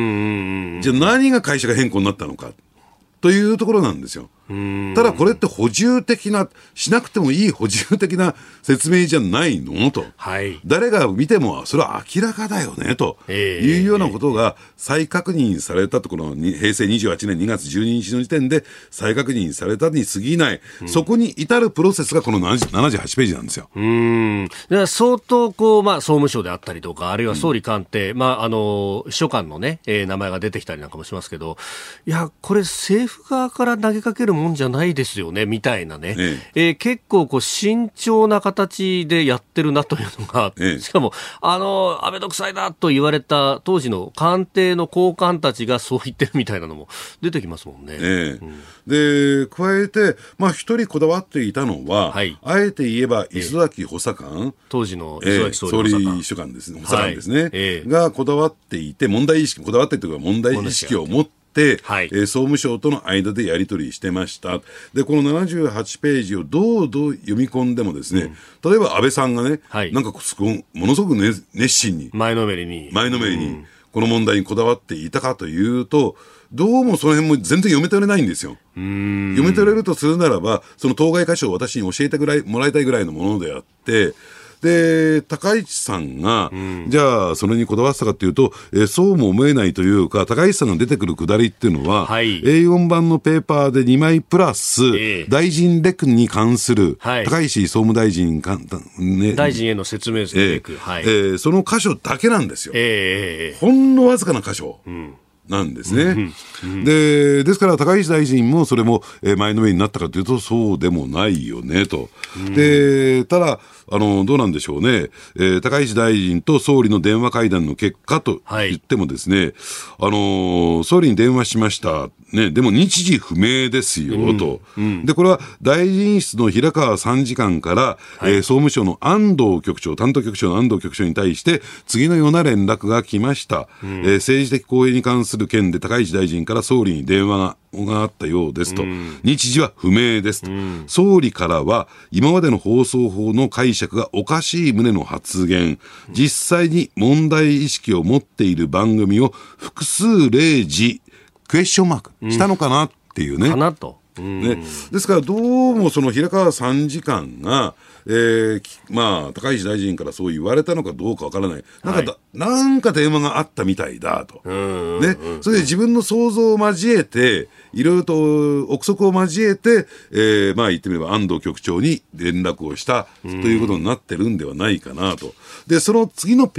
じゃあ何が会社が変更になったのかというところなんですよ。ただこれって補充的な、しなくてもいい補充的な説明じゃないのと、はい、誰が見てもそれは明らかだよねというようなことが再確認されたと、この平成にじゅうはちねんにがつじゅうににちの時点で再確認されたに過ぎない、うん、そこに至るプロセスがこのななじゅうはちページなんですよ。 うーん、だから相当こう、まあ、総務省であったりとか、あるいは総理官邸、うん、まあ、あの秘書官の、ね、えー、名前が出てきたりなんかもしますけど、いやこれ政府側から投げかけるもんじゃないですよねみたいなね、えええー、結構こう慎重な形でやってるなというのが、ええ、しかもあの安倍独裁だと言われた当時の官邸の高官たちがそう言ってるみたいなのも出てきますもんね、 ええ、うん、で加えてまあ一人こだわっていたのは、はい、あえて言えば磯崎補佐官、ええ、 当時の磯崎総理補佐官、ええ、総理秘書官ですね、補佐官ですね、はい、ええ、がこだわっていて問題意識こだわっているというか問題意識を持ってはい、えー、総務省との間でやり取りしてました。でこのななじゅうはちページをどうどう読み込んでもですね、うん、例えば安倍さんがね、はい、なんかすごものすごく、ね、熱心に前のめりに前のめりに、うん、この問題にこだわっていたかというと、どうもその辺も全然読み取れないんですよ。うーん、読み取れるとするならばその当該箇所を私に教えてぐらいもらいたいぐらいのものであって、で高市さんが、うん、じゃあそれにこだわってたかというと、えー、そうも思えないというか、高市さんが出てくるくだりっていうのは、はい、エーよん 版のペーパーでにまいプラス、えー、大臣レクに関する、はい、高市総務大臣か、 ね、大臣への説明するレク、 えーはいえー、その箇所だけなんですよ、えー、ほんのわずかな箇所、うんなんですね、うんうん、で, ですから高市大臣もそれも前のめりになったかというとそうでもないよねと、うん、でただあのどうなんでしょうね、えー、高市大臣と総理の電話会談の結果と言ってもですね、はい、あの総理に電話しましたね、でも日時不明ですよ、うんと、うん、でこれは大臣室の平川参事官から、はい、えー、総務省の安藤局長担当局長の安藤局長に対して次のような連絡が来ました、うん、えー、政治的公平に関する件で高市大臣から総理に電話ががあったようですと、うん、日時は不明ですと、うん、総理からは今までの放送法の解釈がおかしい旨の発言、実際に問題意識を持っている番組を複数例示クエスチョンマークしたのかなっていうね、うん、かなと、うん、ね、ですからどうもその平川参事官がえー、まあ高市大臣からそう言われたのかどうかわからない、なんかだ、はい、なんか電話があったみたいだと、ね、それで自分の想像を交えていろいろと憶測を交えて、えー、まあ言ってみれば安藤局長に連絡をしたということになってるんではないかなと。でその次のペー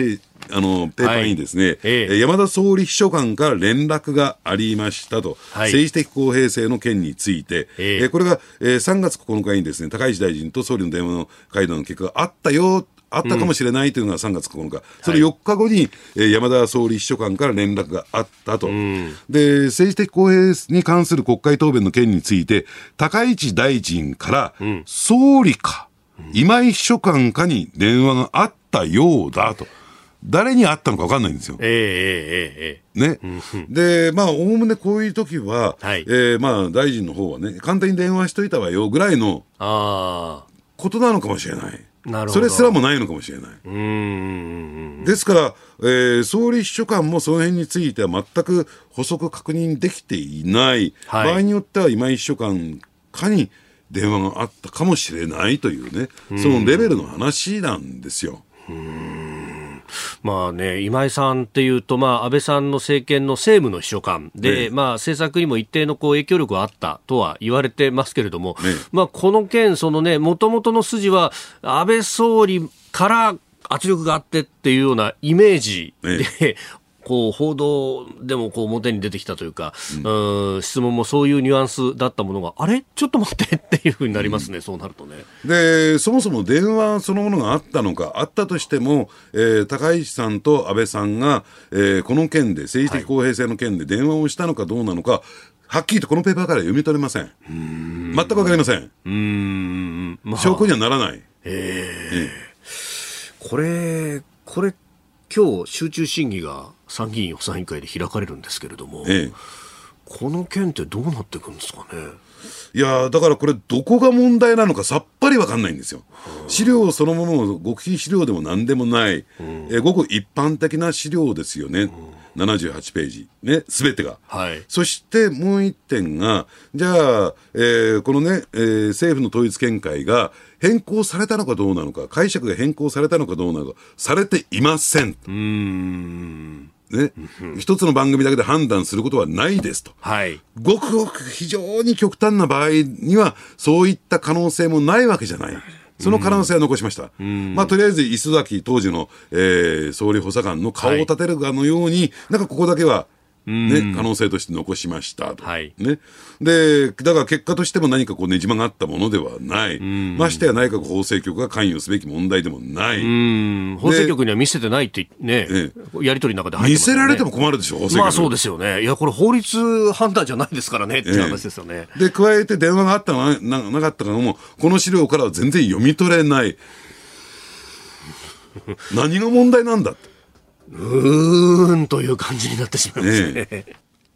あのペーパーにですね、はいええ、山田総理秘書官から連絡がありましたと、はい、政治的公平性の件について、ええ、これが、えー、さんがつここのかにですね、高市大臣と総理の電話の会談の結果があったよあったかもしれないというのがさんがつここのか、うん、そのよっかごに、えー、山田総理秘書官から連絡があったと、うん、で政治的公平に関する国会答弁の件について高市大臣から、うん、総理か、うん、今井秘書官かに電話があったようだと、誰にあったのか分かんないんですよ。えー、えー、えー、ね、うん、でまあおおむねこういう時は、はい、えー、まあ大臣の方はね簡単に電話しといたわよぐらいのことなのかもしれない。なるほど。それすらもないのかもしれない。うーん、ですから、えー、総理秘書官もその辺については全く補足確認できていない、はい、場合によっては今井秘書官かに電話があったかもしれないというね、そのレベルの話なんですよ。うーん、 まあね、今井さんっていうと、まあ、安倍さんの政権の政務の秘書官で、ね、まあ、政策にも一定のこう影響力があったとは言われてますけれども、ね、まあ、この件、そのね、もともとの筋は安倍総理から圧力があってっていうようなイメージで、ね、こう報道でもこう表に出てきたというか、うん、うーん、質問もそういうニュアンスだったものが、あれちょっと待ってっていうふうになりますね、うん、そうなるとね。 でそもそも電話そのものがあったのか、あったとしても、えー、高市さんと安倍さんが、えー、この件で政治的公平性の件で電話をしたのかどうなのか、はい、はっきりとこのペーパーから読み取れません。うーん、全く分かりません。うーん、まあ、証拠にはならない。えーえー、これこれ今日集中審議が参議院予算委員会で開かれるんですけれども、ええ、この件ってどうなっていくんですかね。 いやだからこれどこが問題なのかさっぱり分かんないんですよ。資料そのもの極秘資料でも何でもない、うん、えごく一般的な資料ですよね、うん、ななじゅうはちページね、すべてが、はい、そしてもう一点がじゃあ、えー、このね、えー、政府の統一見解が変更されたのかどうなのか、解釈が変更されたのかどうなのか、されていません。うーんね、一つの番組だけで判断することはないですと、はい、ごくごく非常に極端な場合にはそういった可能性もないわけじゃない。その可能性は残しました。まあ、とりあえず磯崎当時の、えー、総理補佐官の顔を立てるかのように、はい、なんかここだけはね、可能性として残しましたと、はいね、でだから結果としても何かこうねじ曲がったものではない。ましてや内閣法制局が関与すべき問題でもない。うん、法制局には見せてないってね、ねやり取りの中で入ってますよね。 見せられても困るでしょ、法制局。 まあそうですよね。いやこれ法律判断じゃないですからねっていう話ですよね。 で加えて電話があったか な, な, なかったかもこの資料からは全然読み取れない何が問題なんだって、 うーんという感じになってしまいますね。ね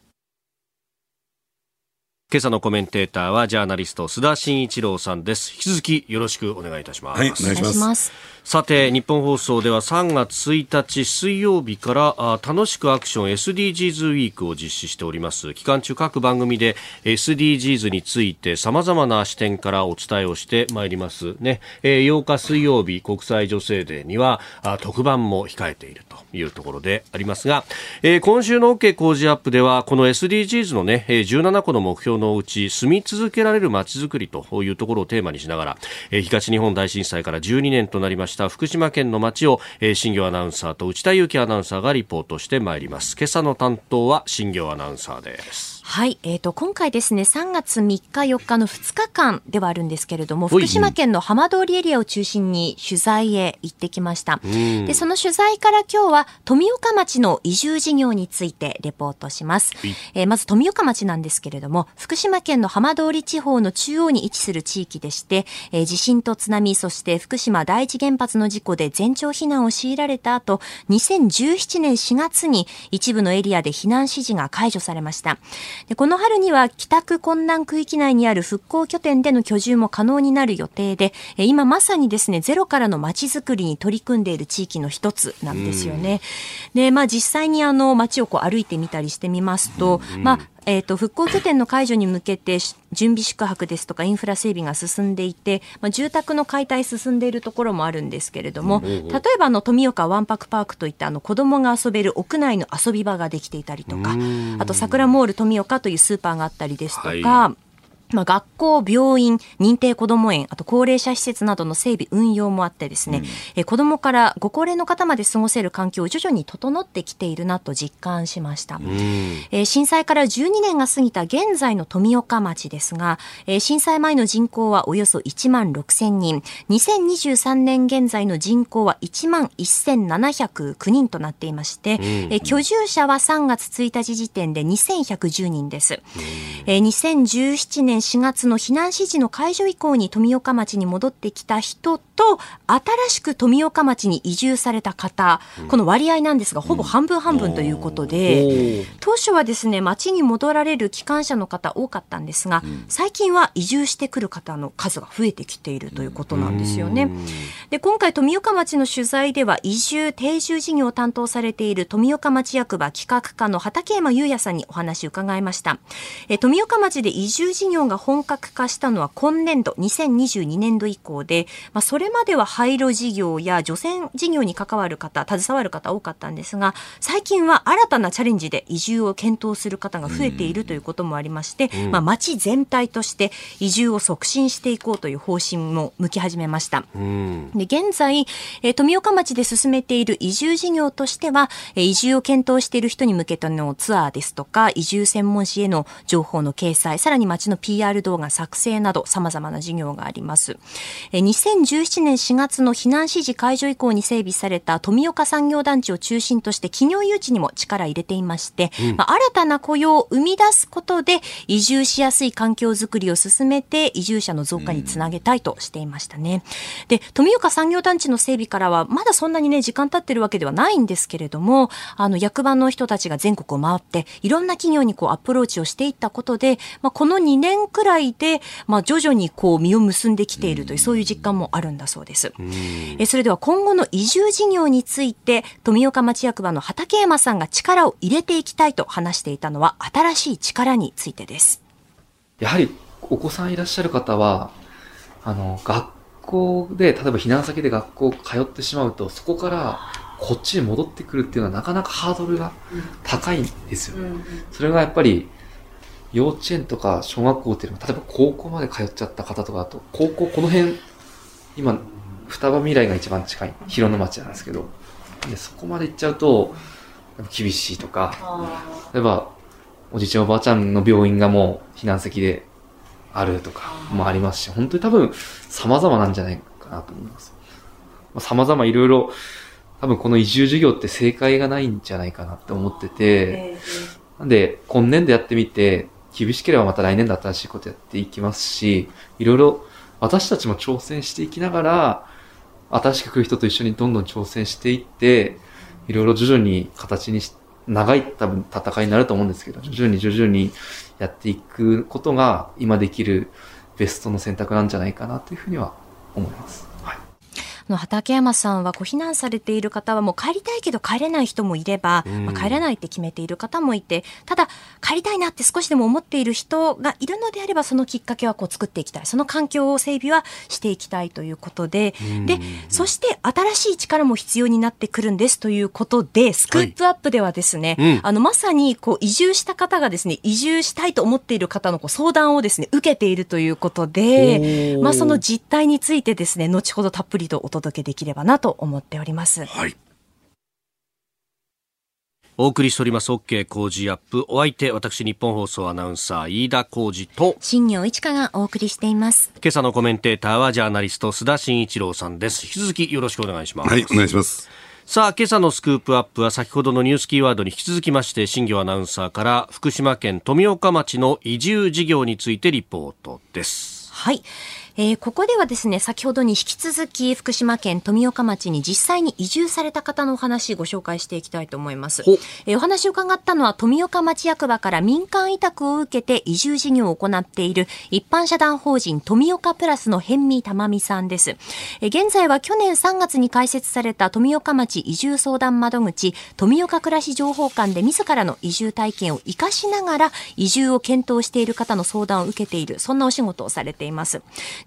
今朝のコメンテーターはジャーナリスト須田慎一郎さんです。引き続きよろしくお願いいたします。はい、お願いします。さて日本放送ではさんがつついたち水曜日からあ楽しくアクション エスディージーズ ウィークを実施しております。期間中各番組で エスディージーズ について様々な視点からお伝えをしてまいりますね。えー、ようか水曜日国際女性デーにはあ特番も控えているというところでありますが、えー、今週の OK 工事アップではこの エスディージーズ のねじゅうななこの目標のうち住み続けられるまちづくりというところをテーマにしながら、えー、東日本大震災からじゅうにねんとなりました福島県の街を、えー、新業アナウンサーと内田裕樹アナウンサーがリポートしてまいります。今朝の担当は新業アナウンサーです。 はい、えーと、今回ですねさんがつみっかよっかのふつかかんではあるんですけれども、福島県の浜通りエリアを中心に取材へ行ってきました。でその取材から今日は富岡町の移住事業についてレポートします。えー、まず富岡町なんですけれども、福島県の浜通り地方の中央に位置する地域でして、えー、地震と津波、そして福島第一原発の事故で全町避難を強いられた後、にせんじゅうななねんしがつに一部のエリアで避難指示が解除されました。でこの春には帰宅困難区域内にある復興拠点での居住も可能になる予定で、今まさにですねゼロからの街づくりに取り組んでいる地域の一つなんですよね。で、まあ、実際にあの街をこう歩いてみたりしてみますと、まあえーと、復興拠点の解除に向けて準備宿泊ですとかインフラ整備が進んでいて、まあ、住宅の解体進んでいるところもあるんですけれども、例えばあの富岡わんぱくパークといったあの子どもが遊べる屋内の遊び場ができていたりとか、あと桜モール富岡というスーパーがあったりですとか、はい、 まあ、学校、病院、認定こども園、あと高齢者施設などの整備運用もあってですね、うん、え子どもからご高齢の方まで過ごせる環境を徐々に整ってきているなと実感しました、うん、えー、震災からじゅうにねんが過ぎた現在の富岡町ですが、えー、震災前の人口はおよそいちまんろくせんにん、にせんにじゅうさんねん現在の人口はいちまんせんななひゃくきゅうにんとなっていまして、うん、えー、居住者はさんがつついたち時点でにせんひゃくじゅうにんです、うん、えー、にせんじゅうななねんしがつの避難指示の解除以降に富岡町に戻ってきた人と新しく富岡町に移住された方、うん、この割合なんですがほぼ半分半分ということで、うん、当初はですね町に戻られる帰還者の方多かったんですが、うん、最近は移住してくる方の数が増えてきているということなんですよね、うん、で今回富岡町の取材では移住定住事業を担当されている富岡町役場企画課の畠山裕也さんにお話を伺いました。え富岡町で移住事業が本格化したのは今年度にせんにじゅうにねんど以降で、まあ、それまでは廃炉事業や除染事業に関わる方携わる方多かったんですが、最近は新たなチャレンジで移住を検討する方が増えているということもありまして、うん、まあ、町全体として移住を促進していこうという方針も向き始めました、うん、で現在、えー、富岡町で進めている移住事業としては、えー、移住を検討している人に向けてのツアーですとか移住専門誌への情報の掲載、さらに町の ピーアール 動画作成など様々な事業があります。えー、にせんじゅうななねんしがつの避難指示解除以降に整備された富岡産業団地を中心として企業誘致にも力を入れていまして、うん、まあ、新たな雇用を生み出すことで移住しやすい環境づくりを進めて移住者の増加につなげたいとしていましたね。で、富岡産業団地の整備からはまだそんなにね時間経ってるわけではないんですけれども、あの役場の人たちが全国を回っていろんな企業にこうアプローチをしていったことで、まあ、このにねんくらいで、まあ、徐々にこう実を結んできているというそういう実感もあるんだそうです。えそれでは今後の移住事業について富岡町役場の畠山さんが力を入れていきたいと話していたのは新しい力についてです。 やはりお子さんいらっしゃる方はあの学校で例えば避難先で学校通ってしまうとそこからこっちに戻ってくるっていうのはなかなかハードルが高いんですよ、うん、それがやっぱり幼稚園とか小学校っていうのは例えば高校まで通っちゃった方とかだと高校この辺今双葉未来が一番近い広野町なんですけど、でそこまで行っちゃうと厳しいとか、例えばおじいちゃんおばあちゃんの病院がもう避難先であるとかもありますし、本当に多分様々なんじゃないかなと思います。様々いろいろ多分この移住事業って正解がないんじゃないかなって思ってて、なんで今年度やってみて厳しければまた来年度新しいことやっていきますし、いろいろ私たちも挑戦していきながら新しく来る人と一緒にどんどん挑戦していっていろいろ徐々に形にし長い多分戦いになると思うんですけど、徐々に徐々にやっていくことが今できるベストの選択なんじゃないかなというふうには思います。 の畠山さんはこう避難されている方はもう帰りたいけど帰れない人もいれば、まあ、帰れないって決めている方もいて、ただ帰りたいなって少しでも思っている人がいるのであればそのきっかけはこう作っていきたい、その環境を整備はしていきたいということで、でそして新しい力も必要になってくるんですということで、スクープアップではですね、はいうん、あのまさにこう移住した方がですね移住したいと思っている方のこう相談をですね受けているということで、まあ、その実態についてですね後ほどたっぷりとお届け届けできればなと思っております。 はい。お送りしております OK 工事アップ、お相手私日本放送アナウンサー飯田浩司と新業一華がお送りしています。 今朝のコメンテーターはジャーナリスト須田慎一郎さんです。引き続きよろしくお願いします。 はい、お願いします。 さあ今朝のスクープアップは先ほどのニュースキーワードに引き続きまして新業アナウンサーから福島県富岡町の移住事業についてリポートです。 はい、えー、ここではですね先ほどに引き続き福島県富岡町に実際に移住された方のお話ご紹介していきたいと思います。えー、お話を伺ったのは富岡町役場から民間委託を受けて移住事業を行っている一般社団法人富岡プラスの辺見珠美さんです。えー、現在は去年さんがつに開設された富岡町移住相談窓口富岡暮らし情報館で自らの移住体験を生かしながら移住を検討している方の相談を受けている、そんなお仕事をされています。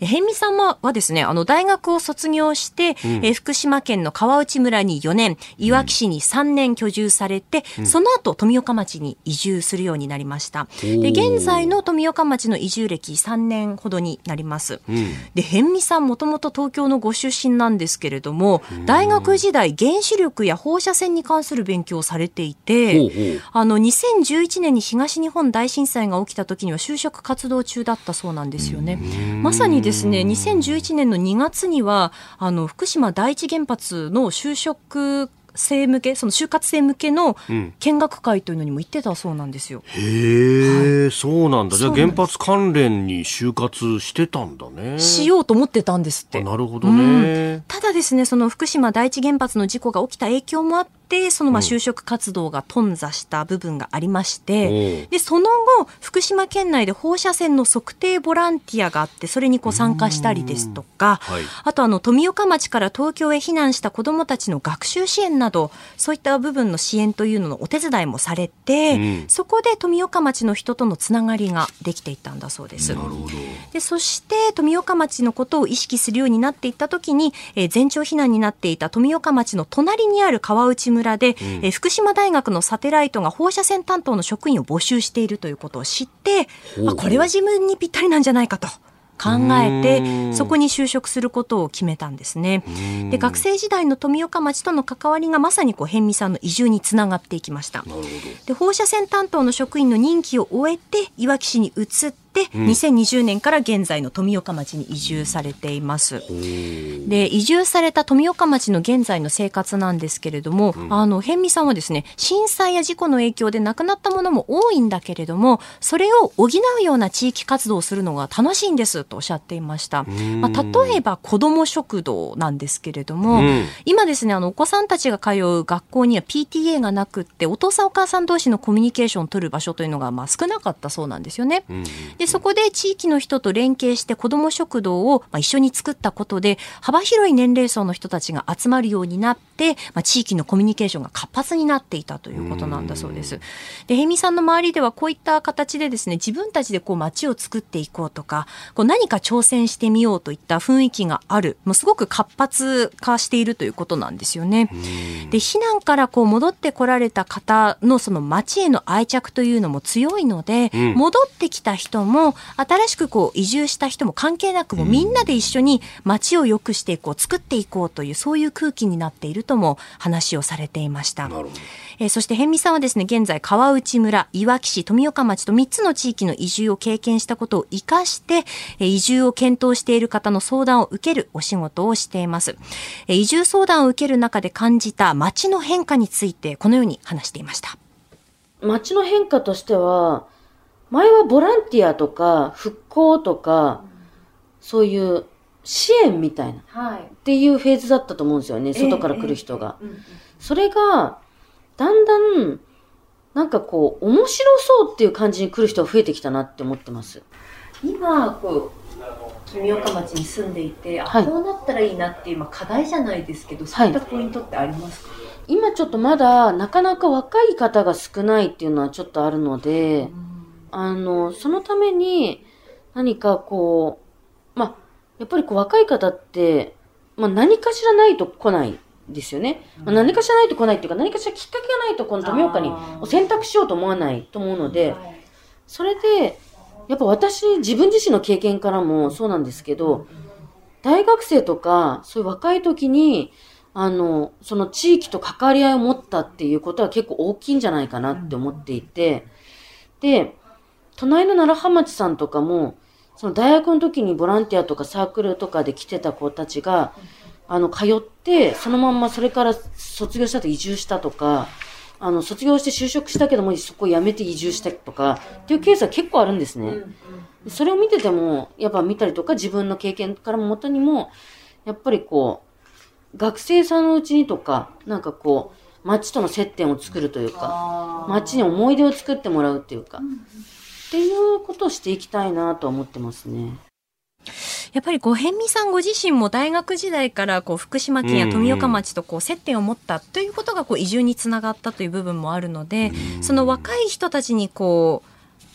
辺見さんはですね、あの大学を卒業して、うん、え福島県の川内村によねん、いわき市にさんねん居住されて、うん、その後富岡町に移住するようになりました。で、現在の富岡町の移住歴さんねんほどになります。うん、で、辺見さんもともと東京のご出身なんですけれども、大学時代原子力や放射線に関する勉強をされていて、ほうほう、あのにせんじゅういちねんに東日本大震災が起きた時には就職活動中だったそうなんですよね。まさにですね、にせんじゅういちねんのにがつにはあの福島第一原発の就職生向け、その就活生向けの見学会というのにも行ってたそうなんですよ。 へー、はい、そうなんだ。じゃあ原発関連に就活してたんだね。 しようと思ってたんですって。 なるほどね、うん。 ただですね、その福島第一原発の事故が起きた影響もあってでそのまあ就職活動が頓挫した部分がありまして、うん、でその後福島県内で放射線の測定ボランティアがあって、それにこう参加したりですとか、はい、あとあの富岡町から東京へ避難した子どもたちの学習支援など、そういった部分の支援というののお手伝いもされて、うん、そこで富岡町の人とのつながりができていったんだそうです。 なるほど。 でそして富岡町のことを意識するようになっていった時に、えー、全町避難になっていた富岡町の隣にある川内村で、うん、え福島大学のサテライトが放射線担当の職員を募集しているということを知って、あ、これは自分にぴったりなんじゃないかと考えて、そこに就職することを決めたんですね。で学生時代の富岡町との関わりがまさにこう辺見さんの移住につながっていきました。なるほど。で放射線担当の職員の任期を終えていわき市に移ってでにせんにじゅうねんから現在の富岡町に移住されています。で移住された富岡町の現在の生活なんですけれども、うん、あの辺見さんはですね、震災や事故の影響で亡くなったものも多いんだけれども、それを補うような地域活動をするのが楽しいんですとおっしゃっていました。まあ、例えば子ども食堂なんですけれども、うん、今ですね、あのお子さんたちが通う学校には ピーティーエー がなくって、お父さんお母さん同士のコミュニケーションを取る場所というのがまあ少なかったそうなんですよね。うん、でそこで地域の人と連携して子ども食堂を一緒に作ったことで、幅広い年齢層の人たちが集まるようになって、まあ、地域のコミュニケーションが活発になっていたということなんだそうです。で辺見さんの周りではこういった形でですね、自分たちでこう街を作っていこうとか、こう何か挑戦してみようといった雰囲気がある、もうすごく活発化しているということなんですよね。で避難からこう戻ってこられた方のその街への愛着というのも強いので、うん、戻ってきた人も新しくこう移住した人も関係なく、もみんなで一緒に街を良くしていこう、作っていこうという、そういう空気になっているとも話をされていました。なるほど。えー、そして辺見さんはですね、現在川内村、いわき市、富岡町とみっつの地域の移住を経験したことを生かして、えー、移住を検討している方の相談を受けるお仕事をしています。えー、移住相談を受ける中で感じた街の変化についてこのように話していました。 街の変化としては、前はボランティアとか復興とか、うん、そういう支援みたいな、はい、っていうフェーズだったと思うんですよね、外から来る人が、えーえーうん、それがだんだんなんかこう面白そうっていう感じに来る人が増えてきたなって思ってます。 今こう富岡町に住んでいて、はい、あこうなったらいいなっていう、まあ、課題じゃないですけど、そういったポイントってありますか？はい、 今ちょっとまだなかなか若い方が少ないっていうのはちょっとあるので、うん、あのそのために何かこう、まあやっぱりこう若い方って、まあ、何かしらないと来ないですよね。まあ、何かしらないと来ないっていうか、何かしらきっかけがないとこの富岡に選択しようと思わないと思うので、それでやっぱ私自分自身の経験からもそうなんですけど、大学生とかそういう若い時にあのその地域と関わり合いを持ったっていうことは結構大きいんじゃないかなって思っていて、で隣の楢葉町さんとかもその大学の時にボランティアとかサークルとかで来てた子たちがあの通ってそのまんまそれから卒業したと移住したとか、あの卒業して就職したけどもそこを辞めて移住したとかっていうケースは結構あるんですね。それを見ててもやっぱ見たりとか自分の経験からも元にもやっぱりこう学生さんのうちにとかなんかこう街との接点を作るというか街に思い出を作ってもらうっていうかっていうことをしていきたいなと思ってますね。 やっぱりこう辺見さんご自身も大学時代からこう福島県や富岡町とこう接点を持ったということがこう移住につながったという部分もあるので、その若い人たちにこう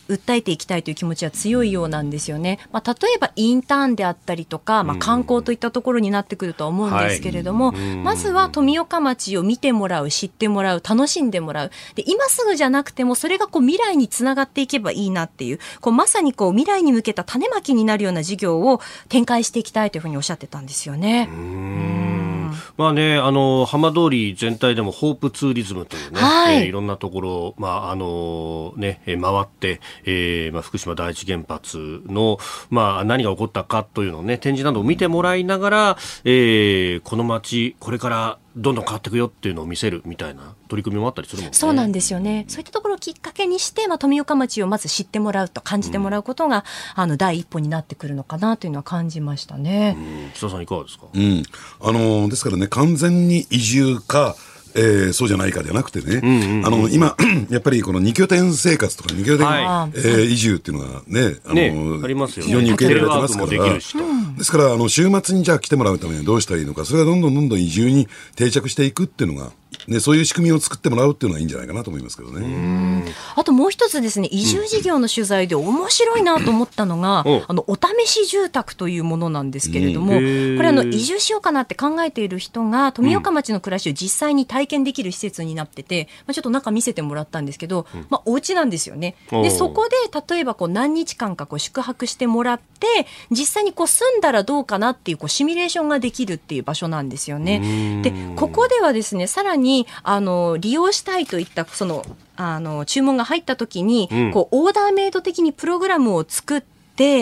訴えていきたいという気持ちは強いようなんですよね。まあ、例えばインターンであったりとか、まあ、観光といったところになってくるとは思うんですけれども、はい、まずは富岡町を見てもらう、知ってもらう、楽しんでもらう。で、今すぐじゃなくてもそれがこう未来につながっていけばいいなっていう、こうまさにこう未来に向けた種まきになるような事業を展開していきたいというふうにおっしゃってたんですよね。 うーん、まあね、あの浜通り全体でもホープツーリズムというね、はい、えー、いろんなところ、まああのね、回って、えーまあ、福島第一原発の、まあ、何が起こったかというのをね、展示などを見てもらいながら、えー、この街これからどんどん変わっていくよっていうのを見せるみたいな取り組みもあったりするもんね。 そうなんですよね。そういったところをきっかけにして、まあ、富岡町をまず知ってもらうと、感じてもらうことが、うん、あの第一歩になってくるのかなというのは感じましたね。 津田さんいかがですか？ うん、あのですからね、完全に移住かえー、そうじゃないかじゃなくてね、うんうんうん、あの今やっぱりこの二拠点生活とか二拠点、はい、えー、移住っていうのがね、あのね、ありますよね。 非常に受け入れられてますから、でですからあの週末にじゃあ来てもらうためにはどうしたらいいのか、それがどんどんどんどん移住に定着していくっていうのが、ね、そういう仕組みを作ってもらうっていうのはいいんじゃないかなと思いますけどね。 うん、あともう一つですね、移住事業の取材で面白いなと思ったのが、うん、あのお試し住宅というものなんですけれども、うん、これあの移住しようかなって考えている人が富岡町の暮らしを実際に体験できる施設になってて、まあ、ちょっと中見せてもらったんですけど、うん、まあ、お家なんですよね。でそこで例えばこう何日間かこう宿泊してもらって、実際にこう住んだらどうかなっていう、こうシミュレーションができるっていう場所なんですよね。でここではですね、さらにあの利用したいといったそのあの注文が入った時に、うん、こうオーダーメイド的にプログラムを作って、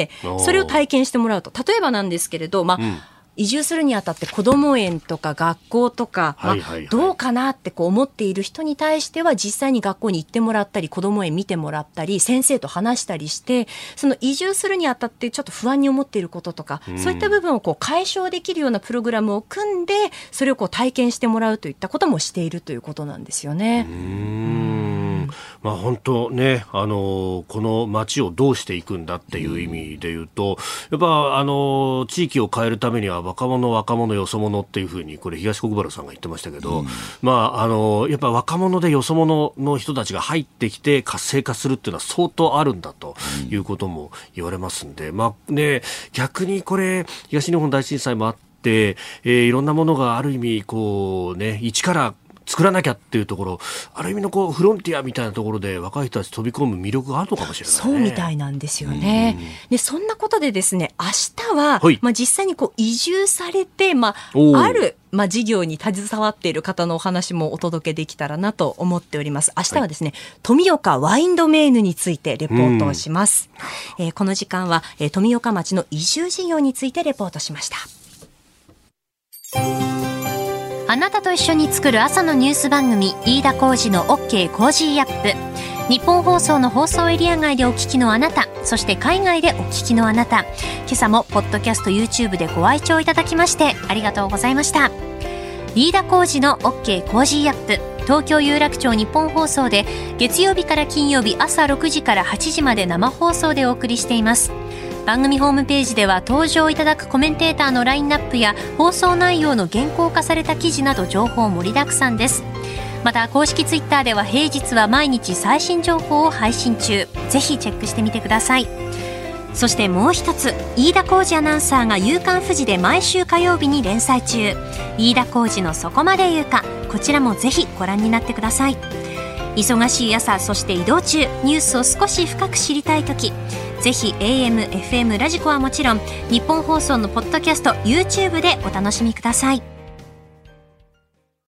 それを体験してもらうと、例えばなんですけれど、まあ、うん、移住するにあたって子ども園とか学校とか、まあ、どうかなってこう思っている人に対しては実際に学校に行ってもらったり、子ども園見てもらったり、先生と話したりして、その移住するにあたってちょっと不安に思っていることとか、うん、そういった部分をこう解消できるようなプログラムを組んで、それをこう体験してもらうといったこともしているということなんですよね。 うーん、まあ、本当ね、あのこの街をどうしていくんだっていう意味で言うと、やっぱあの地域を変えるためには若者若者よそ者っていうふうに、これ東国原さんが言ってましたけど、うん、まああのやっぱ若者でよそ者の人たちが入ってきて活性化するっていうのは相当あるんだということも言われますんで、まあね、逆にこれ東日本大震災もあって、えー、いろんなものがある意味こうね、一から作らなきゃっていうところ、ある意味のこうフロンティアみたいなところで若い人たち飛び込む魅力があるのかもしれないね。 そうみたいなんですよね。でそんなことでですね、明日は、はい、まあ、実際にこう移住されて、まあ、ある、まあ、事業に携わっている方のお話もお届けできたらなと思っております。明日はですね、はい、富岡ワインドメイヌについてレポートをします。えー、この時間は、えー、富岡町の移住事業についてレポートしました。 あなたと一緒に作る朝のニュース番組、飯田浩司の OK コージーアップ。日本放送の放送エリア外でお聞きのあなた、そして海外でお聞きのあなた、今朝もポッドキャスト YouTube でご愛聴いただきましてありがとうございました。飯田浩司の OK コージーアップ、東京有楽町日本放送で月曜日から金曜日朝ろくじからはちじまで生放送でお送りしています。番組ホームページでは登場いただくコメンテーターのラインナップや放送内容の原稿化された記事など情報盛りだくさんです。また公式ツイッターでは平日は毎日最新情報を配信中、ぜひチェックしてみてください。そしてもう一つ、飯田浩司アナウンサーが夕刊フジで毎週火曜日に連載中、飯田浩司のそこまで言うか、こちらもぜひご覧になってください。忙しい朝、そして移動中、ニュースを少し深く知りたいとき、ぜひ エーエム、エフエム ラジコはもちろん日本放送のポッドキャスト YouTube でお楽しみください。